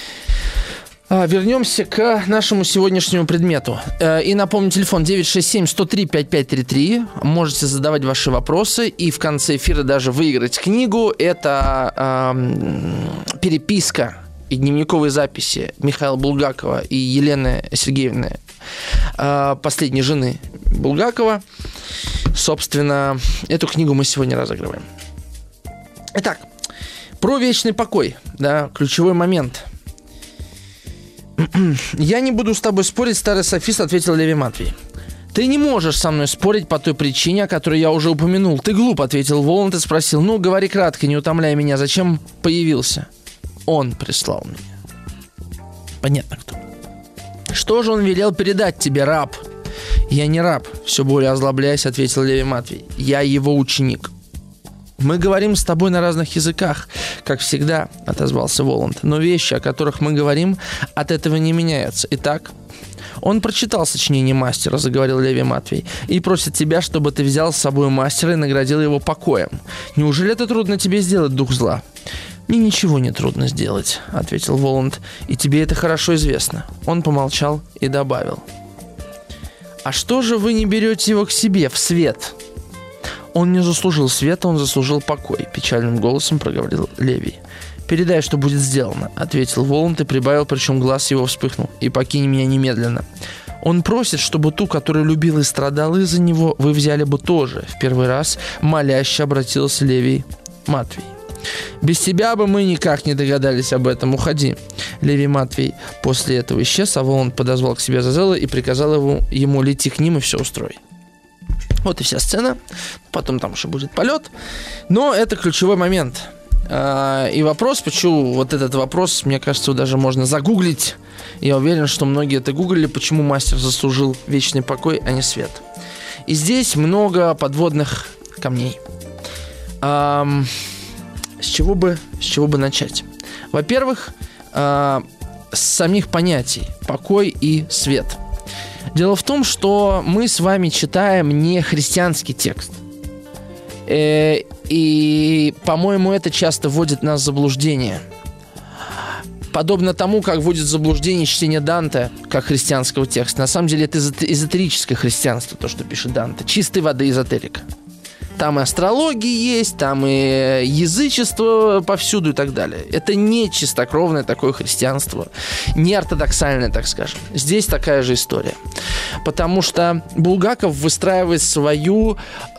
Вернемся к нашему сегодняшнему предмету. И напомню, телефон 967-103-5533. Можете задавать ваши вопросы и в конце эфира даже выиграть книгу. Это переписка и дневниковые записи Михаила Булгакова и Елены Сергеевны, последней жены Булгакова. Собственно, эту книгу мы сегодня разыгрываем. Итак, про вечный покой, да, ключевой момент. «Я не буду с тобой спорить, старый софист», — ответил Левий Матвей. «Ты не можешь со мной спорить по той причине, о которой я уже упомянул. Ты глуп», — ответил Воланд и спросил: «Ну, говори кратко, не утомляй меня, зачем появился?» «Он прислал меня». Понятно, кто. «Что же он велел передать тебе, раб?» «Я не раб», — все более озлобляясь, ответил Левий Матвей. «Я его ученик». «Мы говорим с тобой на разных языках, как всегда», — отозвался Воланд. «Но вещи, о которых мы говорим, от этого не меняются. Итак, он прочитал сочинение мастера», — заговорил Левий Матвей, «и просит тебя, чтобы ты взял с собой мастера и наградил его покоем. Неужели это трудно тебе сделать, дух зла?» «Мне ничего не трудно сделать», — ответил Воланд, — «и тебе это хорошо известно». Он помолчал и добавил: «А что же вы не берете его к себе, в свет?» «Он не заслужил света, он заслужил покой», — печальным голосом проговорил Левий. «Передай, что будет сделано», — ответил Воланд и прибавил, причем глаз его вспыхнул: «и покинь меня немедленно. Он просит, чтобы ту, которую любил и страдал из-за него, вы взяли бы тоже». В первый раз моляще обратился Левий Матвей. «Без тебя бы мы никак не догадались об этом. Уходи». Левий Матвей после этого исчез, а Воланд подозвал к себе Азазелла и приказал ему лети к ним и все устроить. Вот и вся сцена. Потом там еще будет полет. Но это ключевой момент. И вопрос, почему вот этот вопрос, мне кажется, даже можно загуглить. Я уверен, что многие это гуглили, почему мастер заслужил вечный покой, а не свет. И здесь много подводных камней. С чего бы начать? Во-первых, с самих понятий покой и свет. Дело в том, что мы с вами читаем не христианский текст. И, по-моему, это часто вводит нас в заблуждение. Подобно тому, как вводит в заблуждение чтение Данте как христианского текста. На самом деле это эзотерическое христианство, то, что пишет Данте. Чистой воды эзотерика. Там и астрология есть, там и язычество повсюду и так далее. Это не чистокровное такое христианство, не ортодоксальное, так скажем. Здесь такая же история. потому что Булгаков выстраивает свою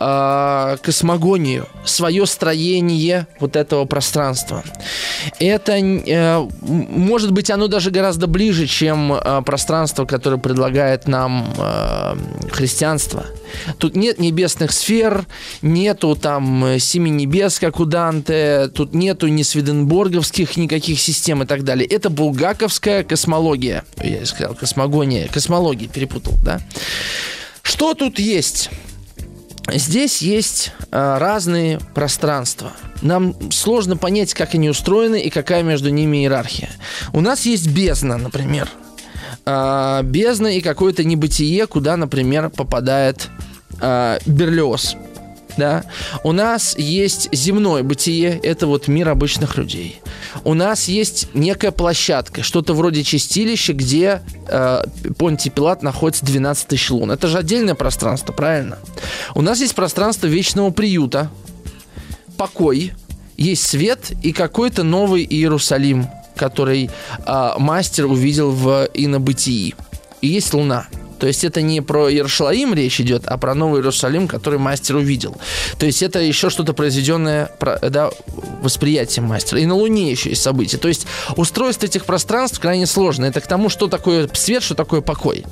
космогонию, свое строение вот этого пространства. Это, может быть, оно даже гораздо ближе, чем пространство, которое предлагает нам христианство. Тут нет небесных сфер, нету там семи небес, как у Данте, тут нету ни сведенборговских никаких систем и так далее. Это булгаковская космология. Я сказал космогония, космология, перепутал, да? Что тут есть? Здесь есть разные пространства. Нам сложно понять, как они устроены и какая между ними иерархия. У нас есть бездна, например. Бездна и какое-то небытие, куда, например, попадает Берлиоз. Да? У нас есть земное бытие, это вот мир обычных людей. У нас есть некая площадка, что-то вроде чистилища, где Понтий Пилат находится 12 тысяч лун. Это же отдельное пространство, правильно? У нас есть пространство вечного приюта, покой, есть свет и какой-то новый Иерусалим, который мастер увидел в инобытии. И есть луна. То есть это не про Иерушалаим речь идет, а про Новый Иерусалим, который мастер увидел. То есть это еще что-то произведенное, да, восприятием мастера. И на Луне еще есть события. То есть устройство этих пространств крайне сложно. Это к тому, что такое свет, что такое покой.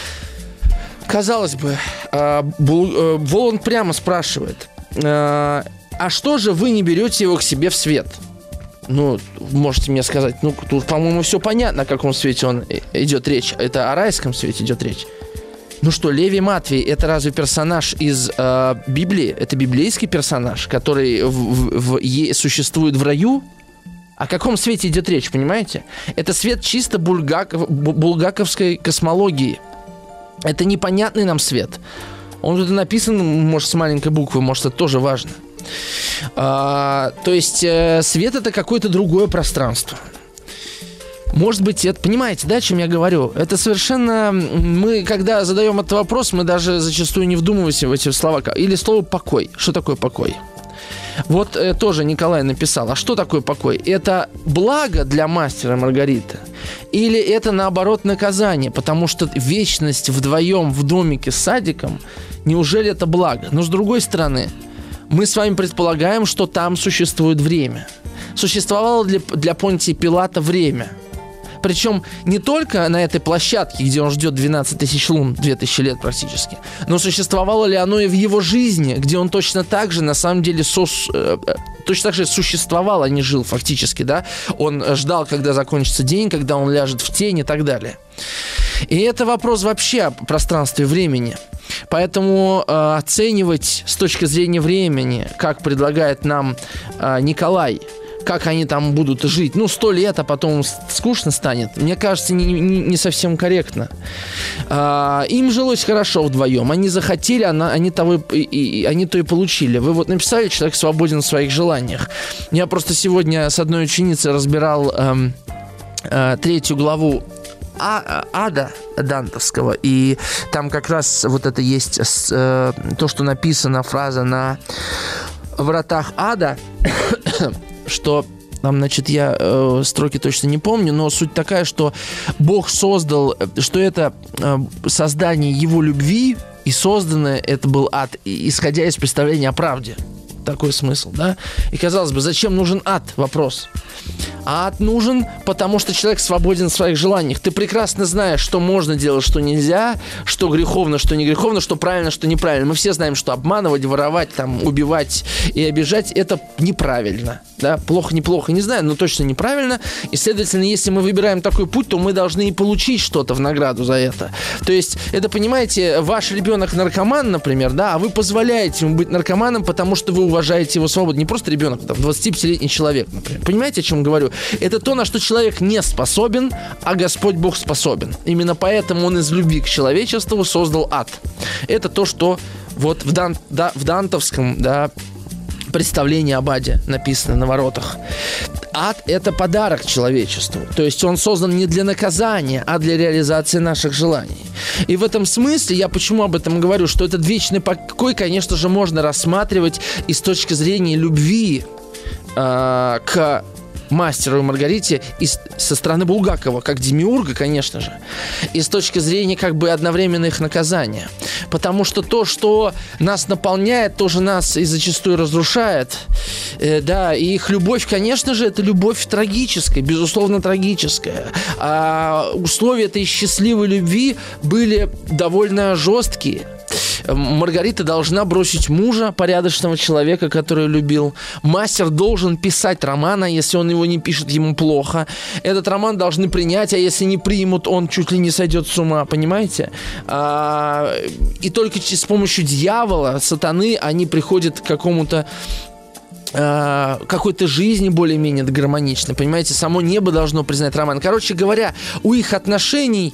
Казалось бы, Воланд прямо спрашивает, а что же вы не берете его к себе в свет? Ну, можете мне сказать, ну, тут, по-моему, все понятно, о каком свете идет речь. Это о райском свете идет речь. Ну что, Левий Матвей, это разве персонаж из Библии? Это библейский персонаж, который существует в раю? О каком свете идет речь, понимаете? Это свет чисто булгаковской космологии. Это непонятный нам свет. Он тут написан, может, с маленькой буквы, может, это тоже важно. То есть свет — это какое-то другое пространство. Может быть, это, понимаете, да, о чем я говорю? Это совершенно... Мы, когда задаем этот вопрос, мы даже зачастую не вдумываемся в эти слова. Или слово «покой». Что такое покой? Вот тоже Николай написал. А что такое покой? Это благо для мастера Маргариты? Или это, наоборот, наказание? Потому что вечность вдвоем в домике с садиком, неужели это благо? Но с другой стороны, мы с вами предполагаем, что там существует время. Существовало для Понтия Пилата время. Причем не только на этой площадке, где он ждет 12 тысяч лун, 2000 лет практически, но существовало ли оно и в его жизни, где он точно так же, на самом деле, точно так же существовал, а не жил фактически, да? Он ждал, когда закончится день, когда он ляжет в тень и так далее. И это вопрос вообще о пространстве времени. Поэтому оценивать с точки зрения времени, как предлагает нам Николай, как они там будут жить, 100 лет, а потом скучно станет, мне кажется, не совсем корректно. Им жилось хорошо вдвоем, они захотели, они то и получили. Вы вот написали, человек свободен в своих желаниях. Я просто сегодня с одной ученицей разбирал 3 главу Ада дантовского, и там как раз вот это есть то, что написано, фраза на вратах ада, что там, значит, я строки точно не помню, но суть такая, что Бог создал, что это создание его любви, и созданное это был ад, исходя из представления о правде. Такой смысл, да? И казалось бы, зачем нужен ад? Вопрос. А ад нужен, потому что человек свободен в своих желаниях. Ты прекрасно знаешь, что можно делать, что нельзя, что греховно, что не греховно, что правильно, что неправильно. Мы все знаем, что обманывать, воровать, там, убивать и обижать – это неправильно. Да? Плохо, не знаю, но точно неправильно. И, следовательно, если мы выбираем такой путь, то мы должны и получить что-то в награду за это. То есть, это, понимаете, ваш ребенок наркоман, например, да, а вы позволяете ему быть наркоманом, потому что вы уважаете его свободу. Не просто ребенок, там, 25-летний человек, например. Понимаете, о чем говорю? Это то, на что человек не способен, а Господь Бог способен. Именно поэтому он из любви к человечеству создал ад. Это то, что вот в дантовском, да, представлении об аде написано на воротах. Ад – это подарок человечеству. То есть он создан не для наказания, а для реализации наших желаний. И в этом смысле я почему об этом говорю, что этот вечный покой, конечно же, можно рассматривать и с точки зрения любви к «Мастеру и Маргарите» со стороны Булгакова, как демиурга, конечно же, и с точки зрения как бы одновременно их наказания. Потому что то, что нас наполняет, тоже нас и зачастую разрушает. Да, и их любовь, конечно же, это любовь трагическая, безусловно, трагическая. А условия этой счастливой любви были довольно жесткие. Маргарита должна бросить мужа, порядочного человека, который любил. Мастер должен писать роман, а если он его не пишет, ему плохо. Этот роман должны принять, а если не примут, он чуть ли не сойдет с ума, понимаете? И только с помощью дьявола, сатаны, они приходят к какому-то какой-то жизни более-менее гармоничной, понимаете? Само небо должно признать роман. Короче говоря, у их отношений...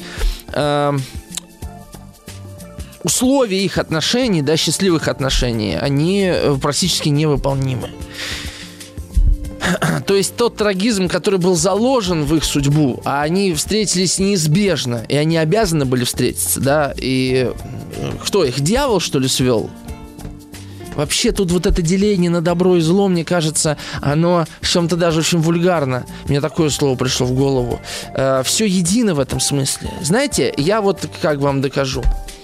условия их отношений, да, счастливых отношений, они практически невыполнимы. То есть тот трагизм, который был заложен в их судьбу, а они встретились неизбежно, и они обязаны были встретиться, да, и кто их, дьявол, что ли, свел? Вообще тут вот это деление на добро и зло, мне кажется, оно в чем-то даже очень вульгарно. Мне такое слово пришло в голову. Все едино в этом смысле. Знаете, я вот как вам докажу.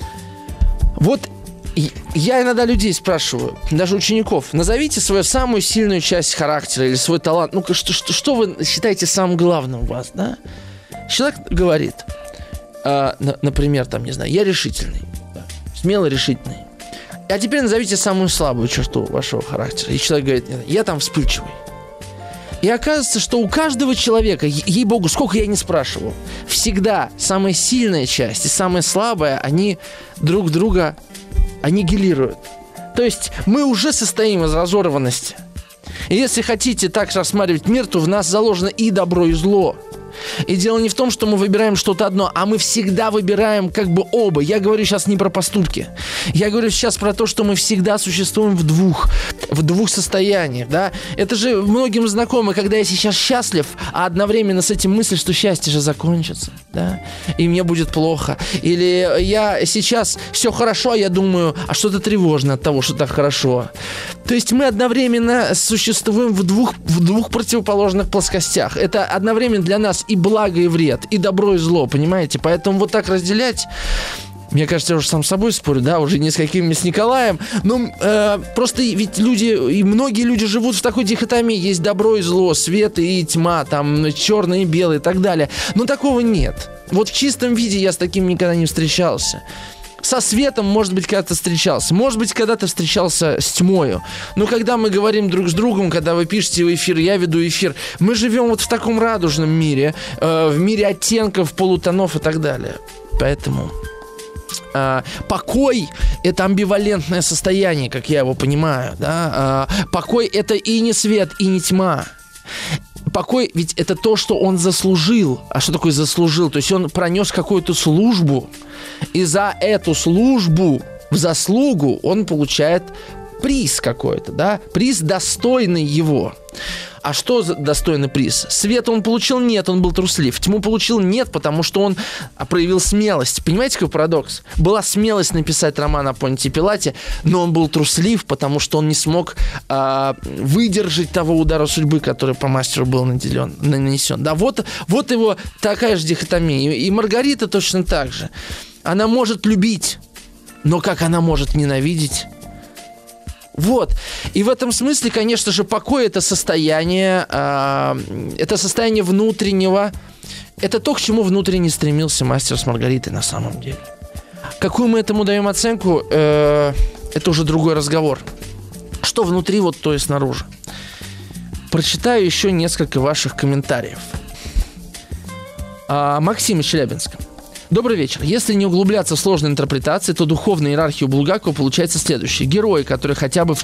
Вот я иногда людей спрашиваю, даже учеников, назовите свою самую сильную часть характера или свой талант. Ну-ка, что вы считаете самым главным у вас, да? Человек говорит, например, там, не знаю, я решительный, да, смело решительный. А теперь назовите самую слабую черту вашего характера. И человек говорит, я там вспыльчивый. И оказывается, что у каждого человека, ей-богу, сколько я не спрашивал, всегда самая сильная часть и самая слабая, они друг друга аннигилируют. То есть мы уже состоим из разорванности. И если хотите так рассматривать мир, то в нас заложено и добро, и зло. И дело не в том, что мы выбираем что-то одно, а мы всегда выбираем как бы оба. Я говорю сейчас не про поступки. Я говорю сейчас про то, что мы всегда существуем в двух состояниях, да. Это же многим знакомо, когда я сейчас счастлив, а одновременно с этим мысль, что счастье же закончится, да, и мне будет плохо. Или я сейчас все хорошо, а я думаю, а что-то тревожно от того, что так хорошо. То есть мы одновременно существуем в двух противоположных плоскостях. Это одновременно для нас и благо, и вред, и добро, и зло, понимаете? Поэтому вот так разделять, мне кажется, я уже сам с собой спорю, да, уже не с каким с Николаем, но просто ведь люди, и многие люди живут в такой дихотомии, есть добро и зло, свет и тьма, там, черное и белое и так далее, но такого нет. Вот в чистом виде я с таким никогда не встречался. Со светом, может быть, когда-то встречался. Может быть, когда-то встречался с тьмою. Но когда мы говорим друг с другом, когда вы пишете в эфир, я веду эфир, мы живем вот в таком радужном мире, в мире оттенков, полутонов и так далее. Поэтому покой – это амбивалентное состояние, как я его понимаю. Да? Покой – это и не свет, и не тьма. Покой, ведь это то, что он заслужил. А что такое заслужил? То есть он пронес какую-то службу, и за эту службу, в заслугу, он получает приз какой-то, да? Приз, достойный его. А что за достойный приз? Свет он получил? Нет, он был труслив. Тьму получил? Нет, потому что он проявил смелость. Понимаете, какой парадокс? Была смелость написать роман о Понтии Пилате, но он был труслив, потому что он не смог выдержать того удара судьбы, который по мастеру был нанесен. Да, вот его такая же дихотомия. И Маргарита точно так же. Она может любить, но как она может ненавидеть? Вот. И в этом смысле, конечно же, покой – это состояние внутреннего. Это то, к чему внутренне стремился мастер с Маргаритой на самом деле. Какую мы этому даем оценку, это уже другой разговор. Что внутри, вот то и снаружи. Прочитаю еще несколько ваших комментариев. Максим из Челябинска. Добрый вечер. Если не углубляться в сложные интерпретации, то духовная иерархия у Булгакова получается следующая. Герои, которые хотя бы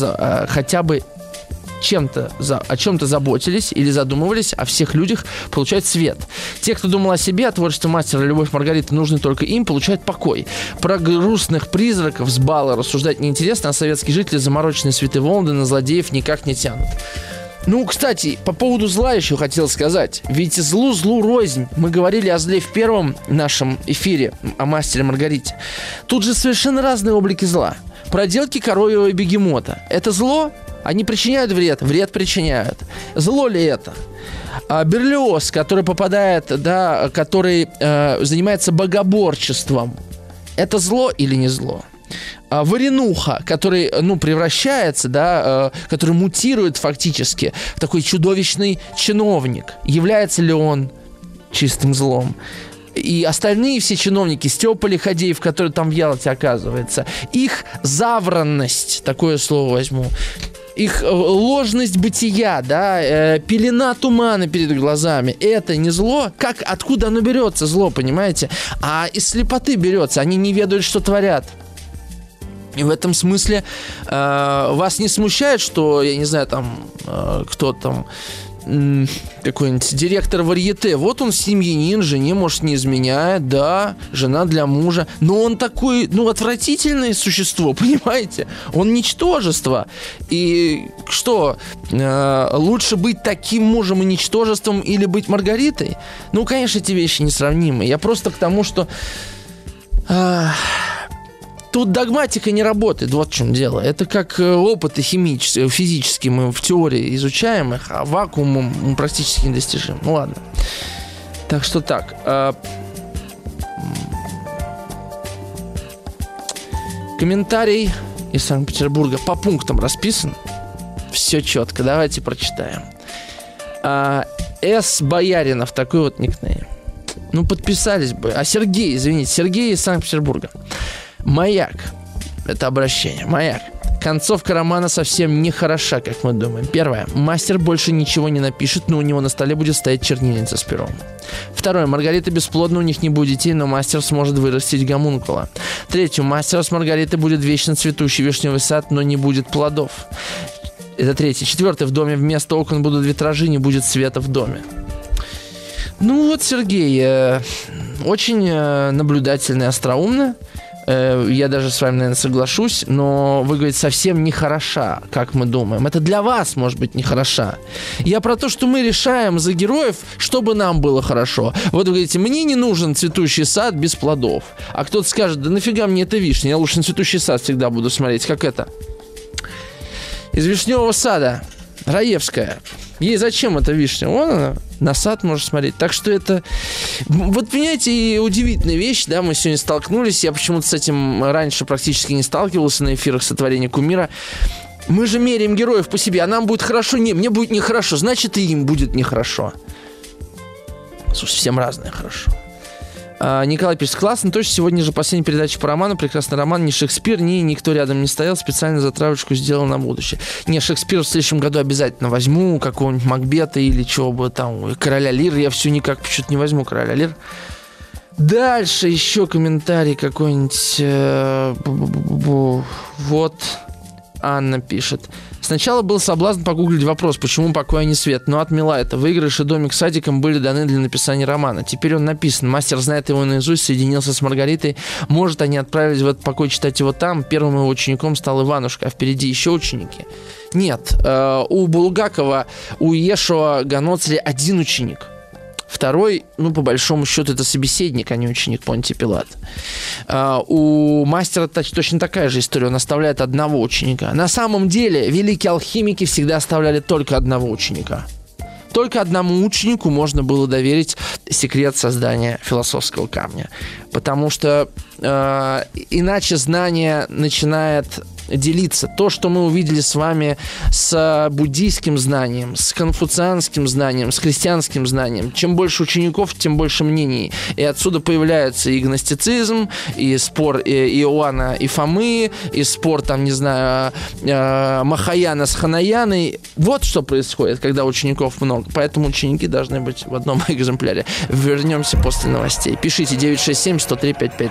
о чем-то заботились или задумывались, о всех людях, получают свет. Те, кто думал о себе, о творчестве мастера «Любовь Маргариты» нужны только им, получают покой. Про грустных призраков с бала рассуждать неинтересно, а советские жители замороченные святые Воланды на злодеев никак не тянут. Ну, кстати, по поводу зла еще хотел сказать. Ведь злу рознь. Мы говорили о зле в первом нашем эфире о мастере Маргарите. Тут же совершенно разные облики зла. Проделки коровьего бегемота. Это зло? Они причиняют вред? Вред причиняют. Зло ли это? Берлиоз, который попадает, да, который занимается богоборчеством. Это зло или не зло? Варенуха, который, превращается, да, который мутирует фактически в такой чудовищный чиновник. Является ли он чистым злом? И остальные все чиновники, Степа Лиходеев, который там в Ялте оказывается, их завранность, такое слово возьму, их ложность бытия, да, пелена тумана перед глазами, это не зло? Откуда оно берется, зло, понимаете? А из слепоты берется, они не ведают, что творят. И в этом смысле вас не смущает, что, я не знаю, там, кто там, какой-нибудь директор варьете, вот он семьянин, жене, может, не изменяет, да, жена для мужа, но он такой, отвратительное существо, понимаете? Он ничтожество. И что, лучше быть таким мужем и ничтожеством или быть Маргаритой? Конечно, эти вещи несравнимы. Я просто к тому, что... Тут догматика не работает, вот в чем дело. Это как опыты химические, физические мы в теории изучаем их, а вакуумом мы практически не достижим. Ладно. Так что так. Комментарий из Санкт-Петербурга по пунктам расписан. Все четко, давайте прочитаем. С. Бояринов, такой вот никнейм. Подписались бы. Сергей, извините, Сергей из Санкт-Петербурга. Маяк. Это обращение. Маяк. Концовка романа совсем не хороша, как мы думаем. Первое. Мастер больше ничего не напишет, но у него на столе будет стоять чернильница с пером. Второе. Маргарита бесплодна, у них не будет детей, но мастер сможет вырастить гомункула. Третье. У мастера с Маргаритой будет вечно цветущий вишневый сад, но не будет плодов. Это третье. Четвертое. В доме вместо окон будут витражи, не будет света в доме. Сергей, очень наблюдательно и остроумно. Я даже с вами, наверное, соглашусь, но вы говорите, совсем не хороша, как мы думаем. Это для вас, может быть, не хороша. Я про то, что мы решаем за героев, чтобы нам было хорошо. Вот вы говорите, мне не нужен цветущий сад без плодов. А кто-то скажет, да нафига мне это вишня, я лучше на цветущий сад всегда буду смотреть, как это. Из вишневого сада. Раевская. Ей зачем эта вишня? Вон она, на сад может смотреть. Так что это... Вот, понимаете, удивительная вещь, да, мы сегодня столкнулись. Я почему-то с этим раньше практически не сталкивался на эфирах сотворения кумира. Мы же меряем героев по себе, а нам будет хорошо. Не, мне будет нехорошо, значит, и им будет нехорошо. Слушай, всем разное хорошо. Николай пишет, классно, точно, сегодня же последняя передача по роману, прекрасный роман, ни Шекспир, ни никто рядом не стоял, специально затравочку сделал на будущее. Не, Шекспир в следующем году обязательно возьму, какого-нибудь Макбета или чего бы там, Короля Лир, я все никак почему-то не возьму Короля Лир. Дальше еще комментарий какой-нибудь, вот, Анна пишет. Сначала был соблазн погуглить вопрос, почему покой, а не свет, но отмела это. Выигрыш и домик с садиком были даны для написания романа. Теперь он написан. Мастер знает его наизусть, соединился с Маргаритой. Может, они отправились в этот покой читать его там. Первым его учеником стал Иванушка, а впереди еще ученики. Нет, у Булгакова, у Ешуа Ганоцри один ученик. Второй, по большому счету, это собеседник, а не ученик Понтия Пилата. У мастера точно такая же история. Он оставляет одного ученика. На самом деле, великие алхимики всегда оставляли только одного ученика. Только одному ученику можно было доверить секрет создания философского камня. Потому что иначе знание начинает делиться. То, что мы увидели с вами с буддийским знанием, с конфуцианским знанием, с христианским знанием. Чем больше учеников, тем больше мнений. И отсюда появляется и гностицизм, и спор Иоанна и Фомы, и спор, Махаяна с Ханаяной. Вот что происходит, когда учеников много. Поэтому ученики должны быть в одном экземпляре. Вернемся после новостей. Пишите 967-103-553.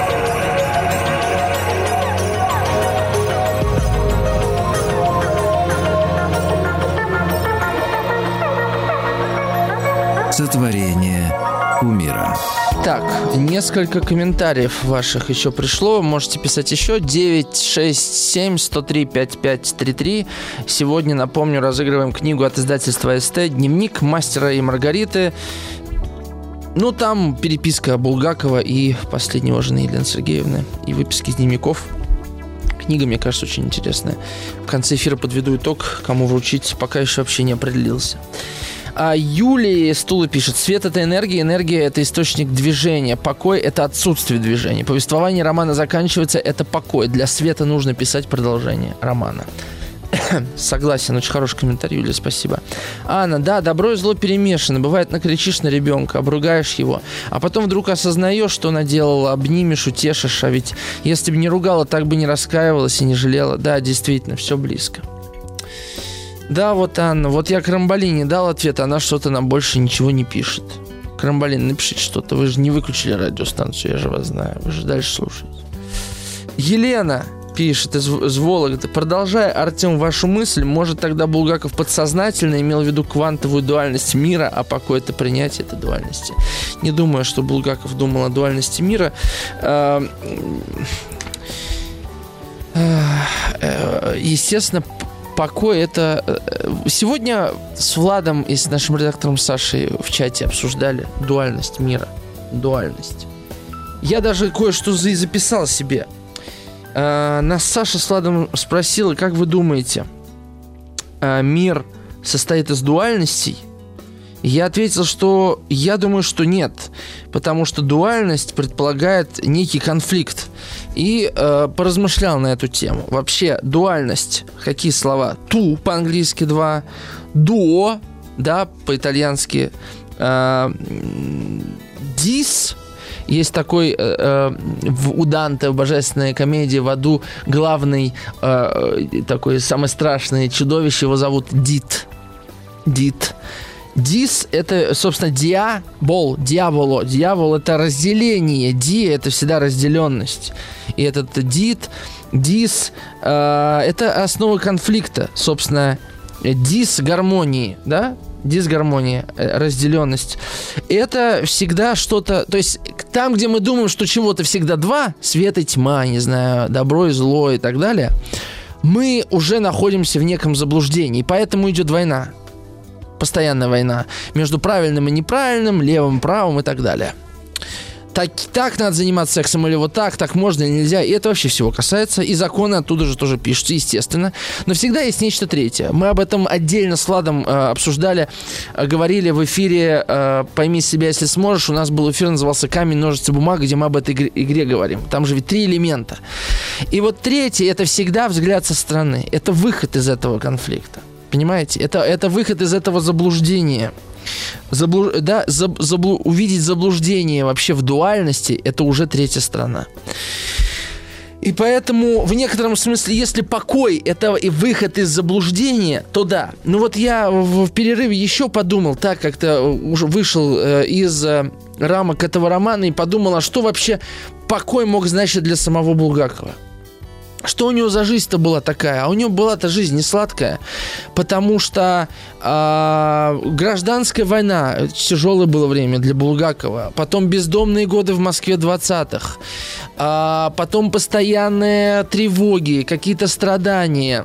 Сотворение кумира. Так, несколько комментариев ваших еще пришло. Можете писать еще. 967-103-5533. Сегодня, напомню, разыгрываем книгу от издательства СТ «Дневник мастера и Маргариты». Там переписка Булгакова и последнего жены Елены Сергеевны и выписки дневников. Книга, мне кажется, очень интересная. В конце эфира подведу итог, кому вручить, пока еще вообще не определился. А Юлия Стула пишет: свет — это энергия, энергия — это источник движения, покой — это отсутствие движения. Повествование романа заканчивается — это покой. Для света нужно писать продолжение романа. Согласен, очень хороший комментарий, Юлия, спасибо. Анна: да, добро и зло перемешаны. Бывает, накричишь на ребенка, обругаешь его, а потом вдруг осознаешь, что наделала, обнимешь, утешишь. А ведь если бы не ругала, так бы не раскаивалась и не жалела. Да, действительно, все близко. Да, вот Анна, вот я Крамболине дал ответ, она что-то нам больше ничего не пишет. Крамболин, напишите что-то, вы же не выключили радиостанцию, я же вас знаю, вы же дальше слушаете. Елена пишет из Вологды: продолжая, Артем, вашу мысль, может, тогда Булгаков подсознательно имел в виду квантовую дуальность мира, а покой — это принятие этой дуальности. Не думаю, что Булгаков думал о дуальности мира. Естественно, покой — это... Сегодня с Владом и с нашим редактором Сашей в чате обсуждали дуальность мира. Дуальность. Я даже кое-что записал себе. Нас Саша с Владом спросила: как вы думаете, мир состоит из дуальностей? Я ответил, что я думаю, что нет, потому что дуальность предполагает некий конфликт. И поразмышлял на эту тему. Вообще, дуальность, какие слова? Ту по-английски 2, дуо, да, по-итальянски, дис. Есть такой у Данте в «Божественной комедии» в аду главный такой самое страшное чудовище, его зовут Дит. Дит. Дис — это, собственно, диабол, дьяволо. Дьявол — это разделение. Ди — это всегда разделенность. И этот дис — это основа конфликта, собственно, дисгармонии, да? Дисгармония, разделенность. Это всегда что-то... То есть там, где мы думаем, что чего-то всегда два, свет и тьма, не знаю, добро и зло и так далее, мы уже находимся в неком заблуждении. Поэтому идет война. Постоянная война между правильным и неправильным, левым, правым и так далее. Так надо заниматься сексом или вот так можно или нельзя. И это вообще всего касается. И законы оттуда же тоже пишутся, естественно. Но всегда есть нечто третье. Мы об этом отдельно с Владом обсуждали, говорили в эфире «Пойми себя, если сможешь». У нас был эфир, назывался «Камень, ножницы, бумага», где мы об этой игре говорим. Там же ведь 3 элемента. И вот третье — это всегда взгляд со стороны. Это выход из этого конфликта. Понимаете? Это выход из этого заблуждения. Увидеть заблуждение вообще в дуальности — это уже третья сторона. И поэтому в некотором смысле, если покой — это и выход из заблуждения, то да. Ну вот я в перерыве еще подумал, так как-то уже вышел из рамок этого романа и подумал, а что вообще покой мог значить для самого Булгакова? Что у него за жизнь-то была такая? А у него была-то жизнь не сладкая, потому что гражданская война, тяжелое было время для Булгакова, потом бездомные годы в Москве 20-х, потом постоянные тревоги, какие-то страдания.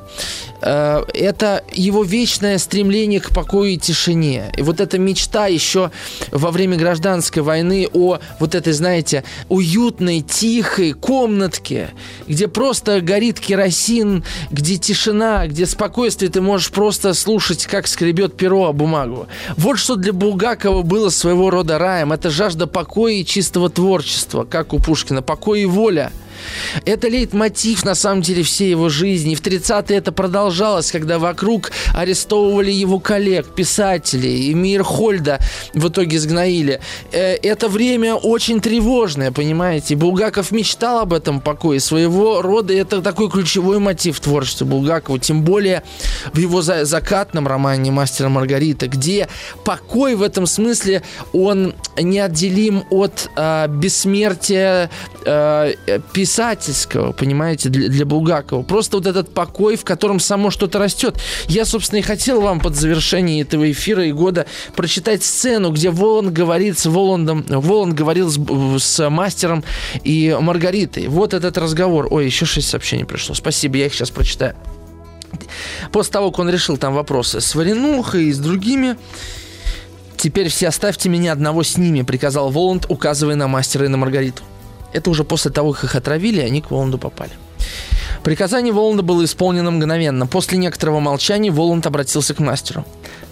Это его вечное стремление к покою и тишине. И вот эта мечта еще во время гражданской войны о вот этой, знаете, уютной, тихой комнатке, где просто горит керосин, где тишина, где спокойствие, ты можешь просто слушать, как скребет перо о бумагу. Вот что для Булгакова было своего рода раем. Это жажда покоя и чистого творчества, как у Пушкина. Покой и воля. Это лейтмотив, на самом деле, всей его жизни. И в 30-е это продолжалось, когда вокруг арестовывали его коллег, писателей, и Мейерхольда в итоге сгноили. Это время очень тревожное, понимаете? Булгаков мечтал об этом покое. Своего рода это такой ключевой мотив творчества Булгакова. Тем более в его закатном романе «Мастер и Маргарита», где покой в этом смысле, он неотделим от бессмертия писательского, понимаете, для Булгакова. Просто вот этот покой, в котором само что-то растет. Я, собственно, и хотел вам под завершение этого эфира и года прочитать сцену, где Воланд говорит с Воландом, Воланд говорил с Мастером и Маргаритой. Вот этот разговор. Ой, еще 6 сообщений пришло. Спасибо, я их сейчас прочитаю. После того, как он решил там вопросы с Варенухой и с другими: «Теперь все оставьте меня одного с ними», приказал Воланд, указывая на Мастера и на Маргариту. Это уже после того, как их отравили, они к Воланду попали. Приказание Воланда было исполнено мгновенно. После некоторого молчания Воланд обратился к Мастеру.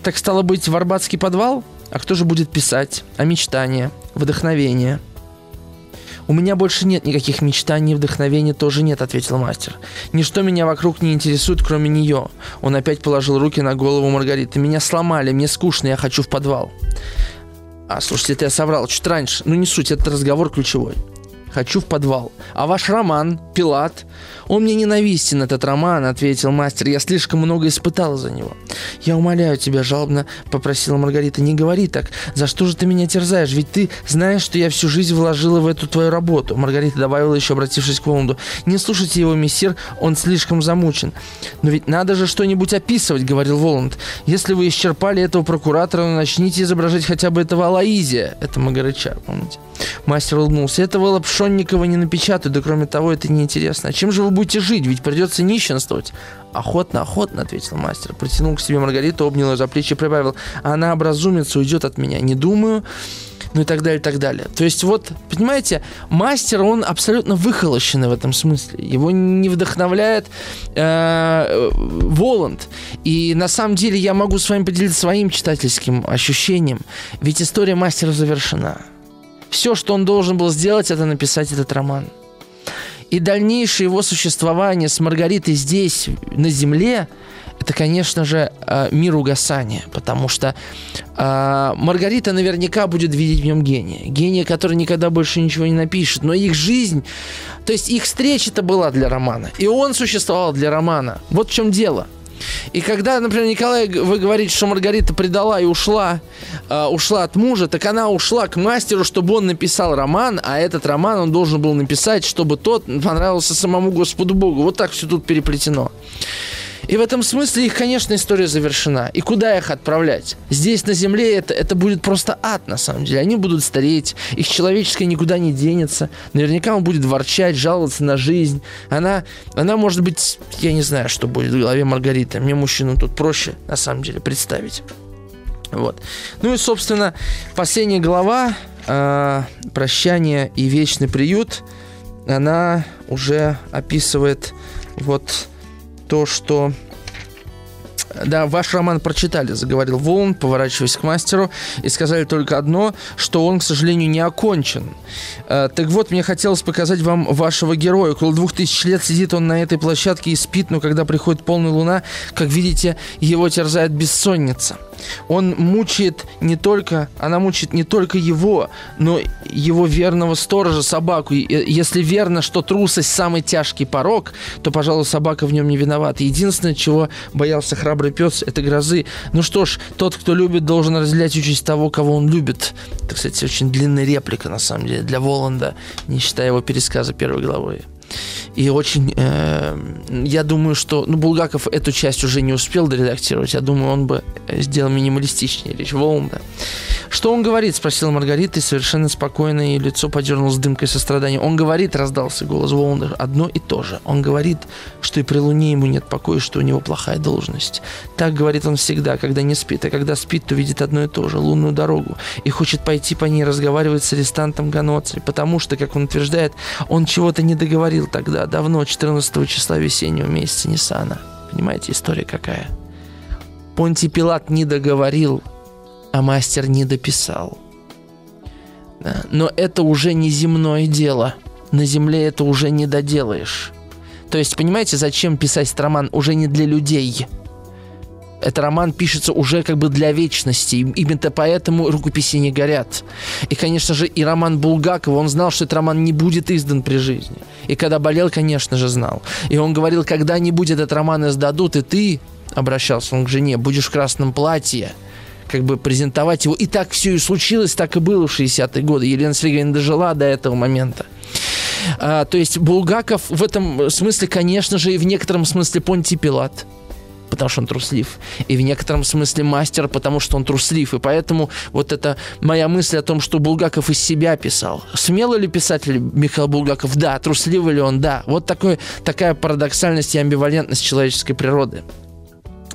Так стало быть, в Арбатский подвал? А кто же будет писать? А мечтания? Вдохновение? «У меня больше нет никаких мечтаний, вдохновения тоже нет», — ответил мастер. «Ничто меня вокруг не интересует, кроме нее». Он опять положил руки на голову Маргариты. «Меня сломали, мне скучно, я хочу в подвал». «А, слушайте, это я соврал чуть раньше. Ну, не суть, это разговор ключевой. Хочу в подвал. А ваш роман, Пилат?» «Он мне ненавистен, этот роман», — ответил мастер. «Я слишком много испытал за него». «Я умоляю тебя», — жалобно попросила Маргарита, — «не говори так. За что же ты меня терзаешь? Ведь ты знаешь, что я всю жизнь вложила в эту твою работу». Маргарита добавила, еще обратившись к Воланду: «Не слушайте его, мессир, он слишком замучен». «Но ведь надо же что-нибудь описывать», — говорил Воланд. «Если вы исчерпали этого прокуратора, начните изображать хотя бы этого Алоизия». Это Магарыча, помните? Мастер улыбнулся. «Этого Лапшонникова не напечатают, да кроме того, это неинтересно. А чем же вы будете жить? Ведь придется нищенствовать». «Охотно, охотно», — ответил мастер. Притянул к себе Маргариту, обнял ее за плечи и прибавил: «Она образумится, уйдет от меня. Не думаю». Ну и так далее, и так далее. То есть вот, понимаете, мастер, он абсолютно выхолощенный в этом смысле. Его не вдохновляет Воланд. И на самом деле я могу с вами поделиться своим читательским ощущением. Ведь история мастера завершена. Все, что он должен был сделать, это написать этот роман. И дальнейшее его существование с Маргаритой здесь, на земле, это, конечно же, мир угасания. Потому что Маргарита наверняка будет видеть в нем гения. Гения, который никогда больше ничего не напишет. Но их жизнь, то есть их встреча-то была для романа. И он существовал для романа. Вот в чем дело. И когда, например, Николай, вы говорите, что Маргарита предала и ушла от мужа, так она ушла к мастеру, чтобы он написал роман, а этот роман он должен был написать, чтобы тот понравился самому Господу Богу. Вот так все тут переплетено. И в этом смысле их, конечно, история завершена. И куда их отправлять? Здесь, на земле, это будет просто ад, на самом деле. Они будут стареть, их человеческое никуда не денется. Наверняка он будет ворчать, жаловаться на жизнь. Она может быть, я не знаю, что будет в голове Маргариты. Мне мужчину тут проще, на самом деле, представить. Вот. Ну и, собственно, последняя глава «Прощание и вечный приют», она уже описывает вот то, что... «Да, ваш роман прочитали», — заговорил Воланд, поворачиваясь к мастеру, и сказали только одно, что он, к сожалению, не окончен. Так вот, мне хотелось показать вам вашего героя. Около 2000 лет сидит он на этой площадке и спит, но когда приходит полная луна, как видите, его терзает бессонница. Она мучает не только его, но его верного сторожа, собаку. И если верно, что трусость самый тяжкий порок, то, пожалуй, собака в нем не виновата. Единственное, чего боялся храбрый пес, это грозы. Ну что ж, тот, кто любит, должен разделять участь того, кого он любит. Это, кстати, очень длинная реплика, на самом деле, для Воланда, не считая его пересказа первой главой. И очень, я думаю, что Булгаков эту часть уже не успел доредактировать. Я думаю, он бы сделал минималистичнее речь Воланда. «Что он говорит?» — спросила Маргарита, и совершенно спокойно ее лицо подернулось дымкой сострадания. «Он говорит», — раздался голос Воланда, — «одно и то же. Он говорит, что и при луне ему нет покоя, что у него плохая должность. Так говорит он всегда, когда не спит, а когда спит, то видит одно и то же — лунную дорогу, и хочет пойти по ней разговаривать с арестантом Ганоцри, потому что, как он утверждает, он чего-то не договорил тогда, давно, 14 числа весеннего месяца Ниссана». Понимаете, история какая? Понтий Пилат не договорил, а мастер не дописал. Да. Но это уже не земное дело. На земле это уже не доделаешь. То есть, понимаете, зачем писать этот роман? Уже не для людей. Этот роман пишется уже как бы для вечности. Именно поэтому рукописи не горят. И, конечно же, и роман Булгакова, он знал, что этот роман не будет издан при жизни. И когда болел, конечно же, знал. И он говорил, когда-нибудь этот роман издадут, и ты, обращался он к жене, будешь в красном платье, как бы презентовать его. И так все и случилось, так и было в 60-е годы. Елена Сергеевна дожила до этого момента. То есть Булгаков в этом смысле, конечно же, и в некотором смысле Понтий Пилат, потому что он труслив. И в некотором смысле мастер, потому что он труслив. И поэтому вот это моя мысль о том, что Булгаков из себя писал. Смелый ли писатель Михаил Булгаков? Да. Трусливый ли он? Да. Вот такая парадоксальность и амбивалентность человеческой природы.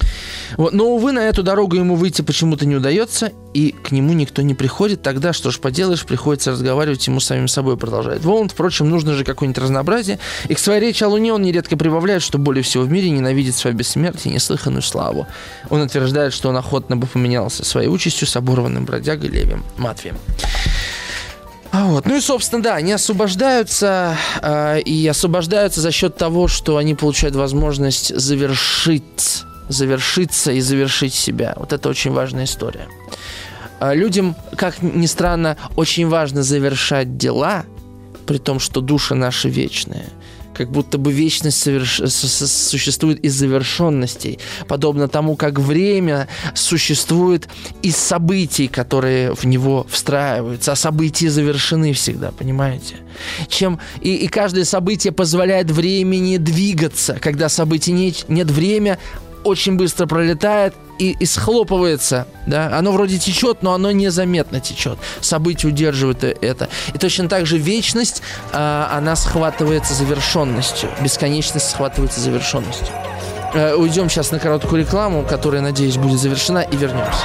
Вот, но, увы, на эту дорогу ему выйти почему-то не удается, и к нему никто не приходит. Тогда что ж поделаешь, приходится разговаривать ему самим собой, продолжает Воланд. Впрочем, нужно же какое-нибудь разнообразие. И к своей речи о Луне он нередко прибавляет, что более всего в мире ненавидит свое бессмертие и неслыханную славу. Он утверждает, что он охотно бы поменялся своей участью с оборванным бродягой Левием Матвеем. Вот. Ну и, собственно, да, они освобождаются, и освобождаются за счет того, что они получают возможность завершиться и завершить себя. Вот это очень важная история. Людям, как ни странно, очень важно завершать дела, при том, что души наши вечные. Как будто бы вечность существует из завершенностей, подобно тому, как время существует из событий, которые в него встраиваются, а события завершены всегда, понимаете? И каждое событие позволяет времени двигаться. Когда событий нет, время очень быстро пролетает и схлопывается, да? Оно вроде течет, но оно незаметно течет. События удерживают это. И точно так же вечность, она схватывается завершенностью. Бесконечность схватывается завершенностью. Уйдем сейчас на короткую рекламу, которая, надеюсь, будет завершена, и вернемся.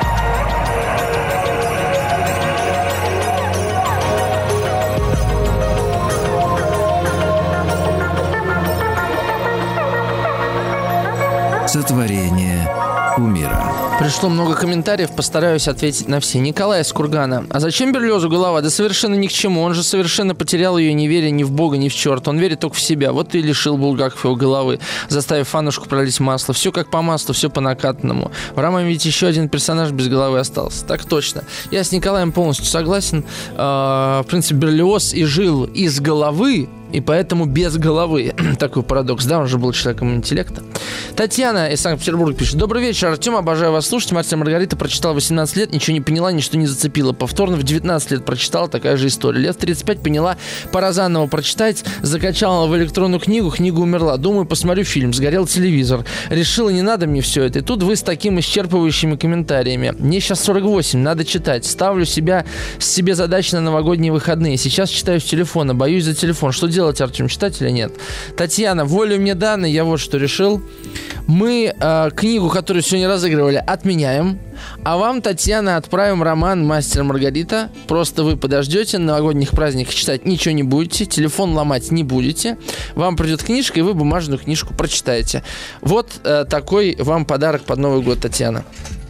Сотворение умира. Пришло много комментариев, постараюсь ответить на все. Николай из Кургана. А зачем Берлиозу голова? Да совершенно ни к чему. Он же совершенно потерял ее, не веря ни в Бога, ни в черта. Он верит только в себя. Вот и лишил Булгаков его головы, заставив Фанушку пролить масло. Все как по маслу, все по накатанному. В романе ведь еще один персонаж без головы остался. Так точно. Я с Николаем полностью согласен. В принципе, Берлиоз и жил из головы, и поэтому без головы. Такой парадокс, да, он же был человеком интеллекта. Татьяна из Санкт-Петербурга пишет. Добрый вечер, Артем, обожаю вас слушать. Мастер Маргарита прочитала 18 лет, ничего не поняла, ничто не зацепила. Повторно в 19 лет прочитала, такая же история. Лет в 35 поняла, пора заново прочитать. Закачала в электронную книгу, книга умерла. Думаю, посмотрю фильм, сгорел телевизор. Решила, не надо мне все это. И тут вы с такими исчерпывающими комментариями. Мне сейчас 48, надо читать. Ставлю себе задачи на новогодние выходные. Сейчас читаю с телефона, боюсь за телефон. Что делать, Артем, читать или нет? Татьяна, волю мне данной, я вот что решил. Мы книгу, которую сегодня разыгрывали, отменяем. А вам, Татьяна, отправим роман «Мастер и Маргарита». Просто вы подождете, на новогодних праздниках читать ничего не будете, телефон ломать не будете. Вам придет книжка, и вы бумажную книжку прочитаете. Вот такой вам подарок под Новый год, Татьяна.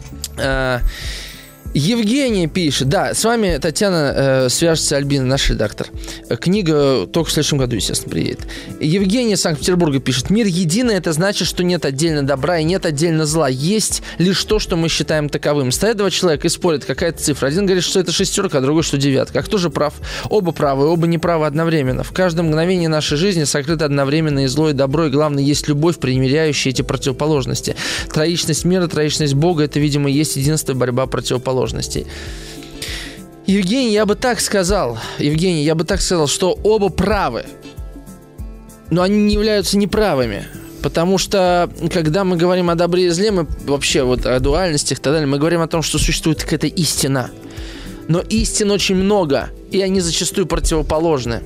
Евгений пишет. Да, с вами, Татьяна, свяжется Альбина, наш редактор. Книга только в следующем году, естественно, приедет. Евгений из Санкт-Петербурга пишет. Мир единый, это значит, что нет отдельно добра и нет отдельно зла. Есть лишь то, что мы считаем таковым. Стоят два человека и спорят, какая-то цифра. Один говорит, что это шестерка, а другой, что девятка. А кто же прав? Оба правы, оба неправы одновременно. В каждом мгновении нашей жизни сокрыто одновременно и зло, и добро, и главное, есть любовь, примиряющая эти противоположности. Троичность мира, троичность Бога, это, видимо, есть единство, борьба противоположностей. Евгений, я бы так сказал, что оба правы, но они не являются неправыми. Потому что, когда мы говорим о добре и зле, мы вообще вот о дуальностях и так далее, мы говорим о том, что существует какая-то истина. Но истин очень много, и они зачастую противоположны.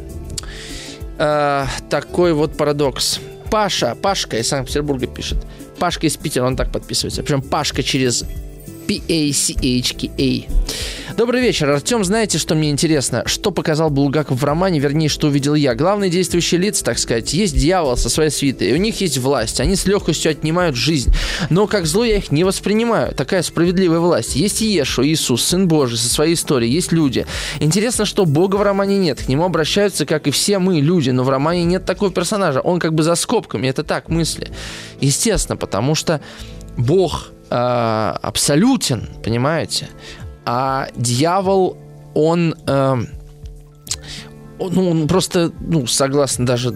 Такой вот парадокс. Пашка из Санкт-Петербурга пишет. Пашка из Питера, он так подписывается. Причем Пашка через P-A-C-H-K-A. Добрый вечер, Артем. Знаете, что мне интересно? Что показал Булгаков в романе, вернее, что увидел я? Главные действующие лица, так сказать, есть дьявол со своей свитой, и у них есть власть. Они с легкостью отнимают жизнь. Но как зло я их не воспринимаю. Такая справедливая власть. Есть Иешу, Иисус, Сын Божий, со своей историей. Есть люди. Интересно, что Бога в романе нет. К нему обращаются, как и все мы, люди. Но в романе нет такого персонажа. Он как бы за скобками. Это так, мысли. Естественно, потому что Бог абсолютен, понимаете? А дьявол, он просто, согласно даже,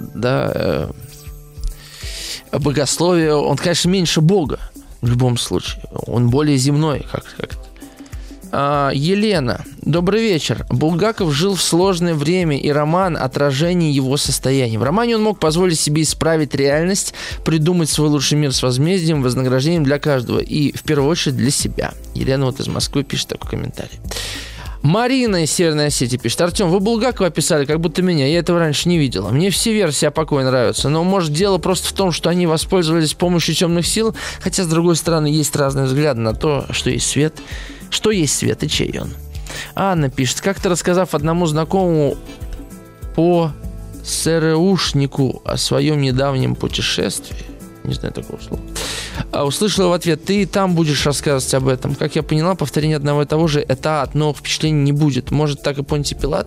богословию, он, конечно, меньше Бога в любом случае. Он более земной, как-то. Елена, добрый вечер. Булгаков жил в сложное время, и роман — отражение его состояния. В романе он мог позволить себе исправить реальность, придумать свой лучший мир с возмездием, вознаграждением для каждого, и в первую очередь для себя. Елена вот из Москвы пишет такой комментарий. Марина из Северной Осетии пишет: Артем, вы Булгакова описали, как будто меня. Я этого раньше не видела. Мне все версии о покое нравятся. Но, может, дело просто в том, что они воспользовались помощью темных сил. Хотя, с другой стороны, есть разные взгляды на то, что есть свет. Что есть свет и чей он. Анна пишет: как-то рассказав одному знакомому по СРУшнику о своем недавнем путешествии, не знаю такого слова, услышала в ответ: ты и там будешь рассказывать об этом. Как я поняла, повторение одного и того же — это ад, новых впечатлений не будет. Может, так и Понтий Пилат?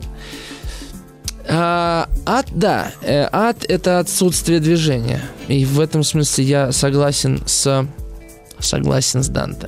Ад, да. Ад — это отсутствие движения. И в этом смысле я согласен с Данте.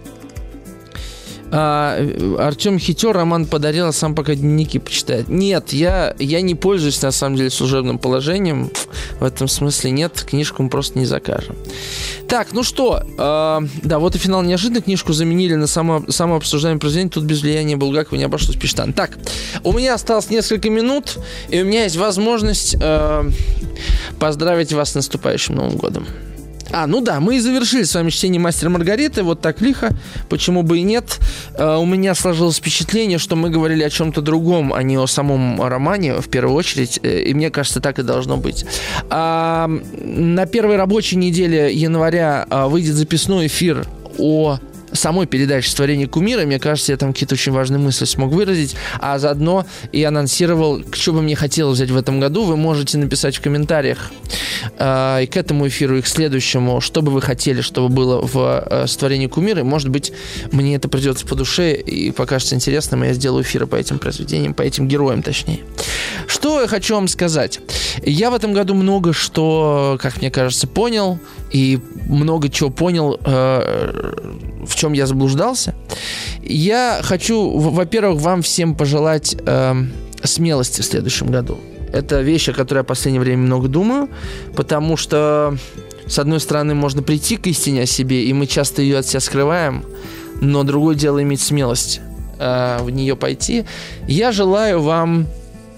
Артем хитер, роман подарил, а сам пока дневники почитает. Нет, я не пользуюсь, на самом деле, служебным положением. В этом смысле нет, книжку мы просто не закажем. Так, ну что, да, вот и финал неожиданно. Книжку заменили на самообсуждаемое произведение. Тут без влияния Булгакова не обошлось, пишет Ан. Так, у меня осталось несколько минут, и у меня есть возможность поздравить вас с наступающим Новым годом. Ну да, мы и завершили с вами чтение «Мастера и Маргариты». Вот так лихо, почему бы и нет. У меня сложилось впечатление, что мы говорили о чем-то другом, а не о самом романе, в первую очередь. И мне кажется, так и должно быть. На первой рабочей неделе января выйдет записной эфир о самой передаче «Творение кумира». Мне кажется, я там какие-то очень важные мысли смог выразить, а заодно и анонсировал, что бы мне хотелось взять в этом году. Вы можете написать в комментариях и к этому эфиру, и к следующему, что бы вы хотели, чтобы было в «Творении кумира». И, может быть, мне это придется по душе и покажется интересным, и я сделаю эфиры по этим произведениям, по этим героям, точнее. Что я хочу вам сказать? Я в этом году много что, как мне кажется, понял, и много чего понял, в чем я заблуждался. Я хочу, во-первых, вам всем пожелать смелости в следующем году. Это вещь, о которой я в последнее время много думаю, потому что, с одной стороны, можно прийти к истине о себе, и мы часто ее от себя скрываем, но другое дело иметь смелость в нее пойти. Я желаю вам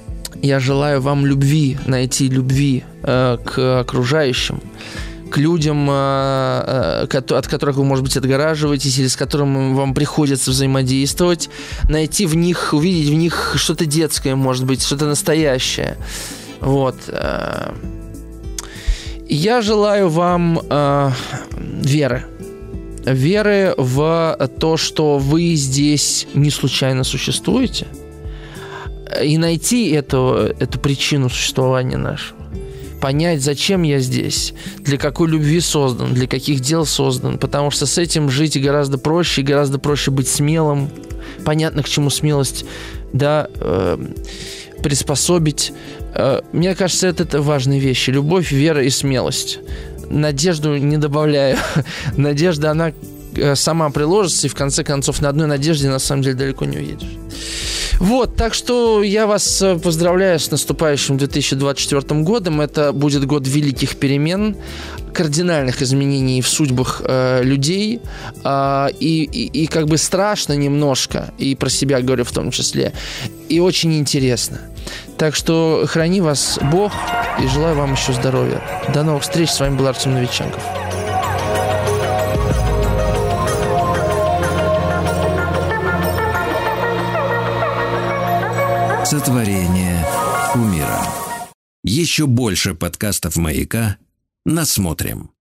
любви, найти любви к окружающим, к людям, от которых вы, может быть, отгораживаетесь или с которыми вам приходится взаимодействовать, найти в них, увидеть в них что-то детское, может быть, что-то настоящее. Вот. Я желаю вам веры. Веры в то, что вы здесь не случайно существуете, и найти эту причину существования нашего. Понять, зачем я здесь, для какой любви создан, для каких дел создан, потому что с этим жить гораздо проще, и гораздо проще быть смелым. Понятно, к чему смелость, да, приспособить. Мне кажется, это важные вещи. Любовь, вера и смелость. Надежду не добавляю. Надежда, она сама приложится, и в конце концов на одной надежде на самом деле далеко не уедешь. Вот, так что я вас поздравляю с наступающим 2024 годом. Это будет год великих перемен, кардинальных изменений в судьбах людей. И как бы страшно немножко, и про себя говорю в том числе, и очень интересно. Так что храни вас Бог, и желаю вам еще здоровья. До новых встреч. С вами был Артем Новиченков. Сотворение кумира. Еще больше подкастов «Маяка» насмотрим.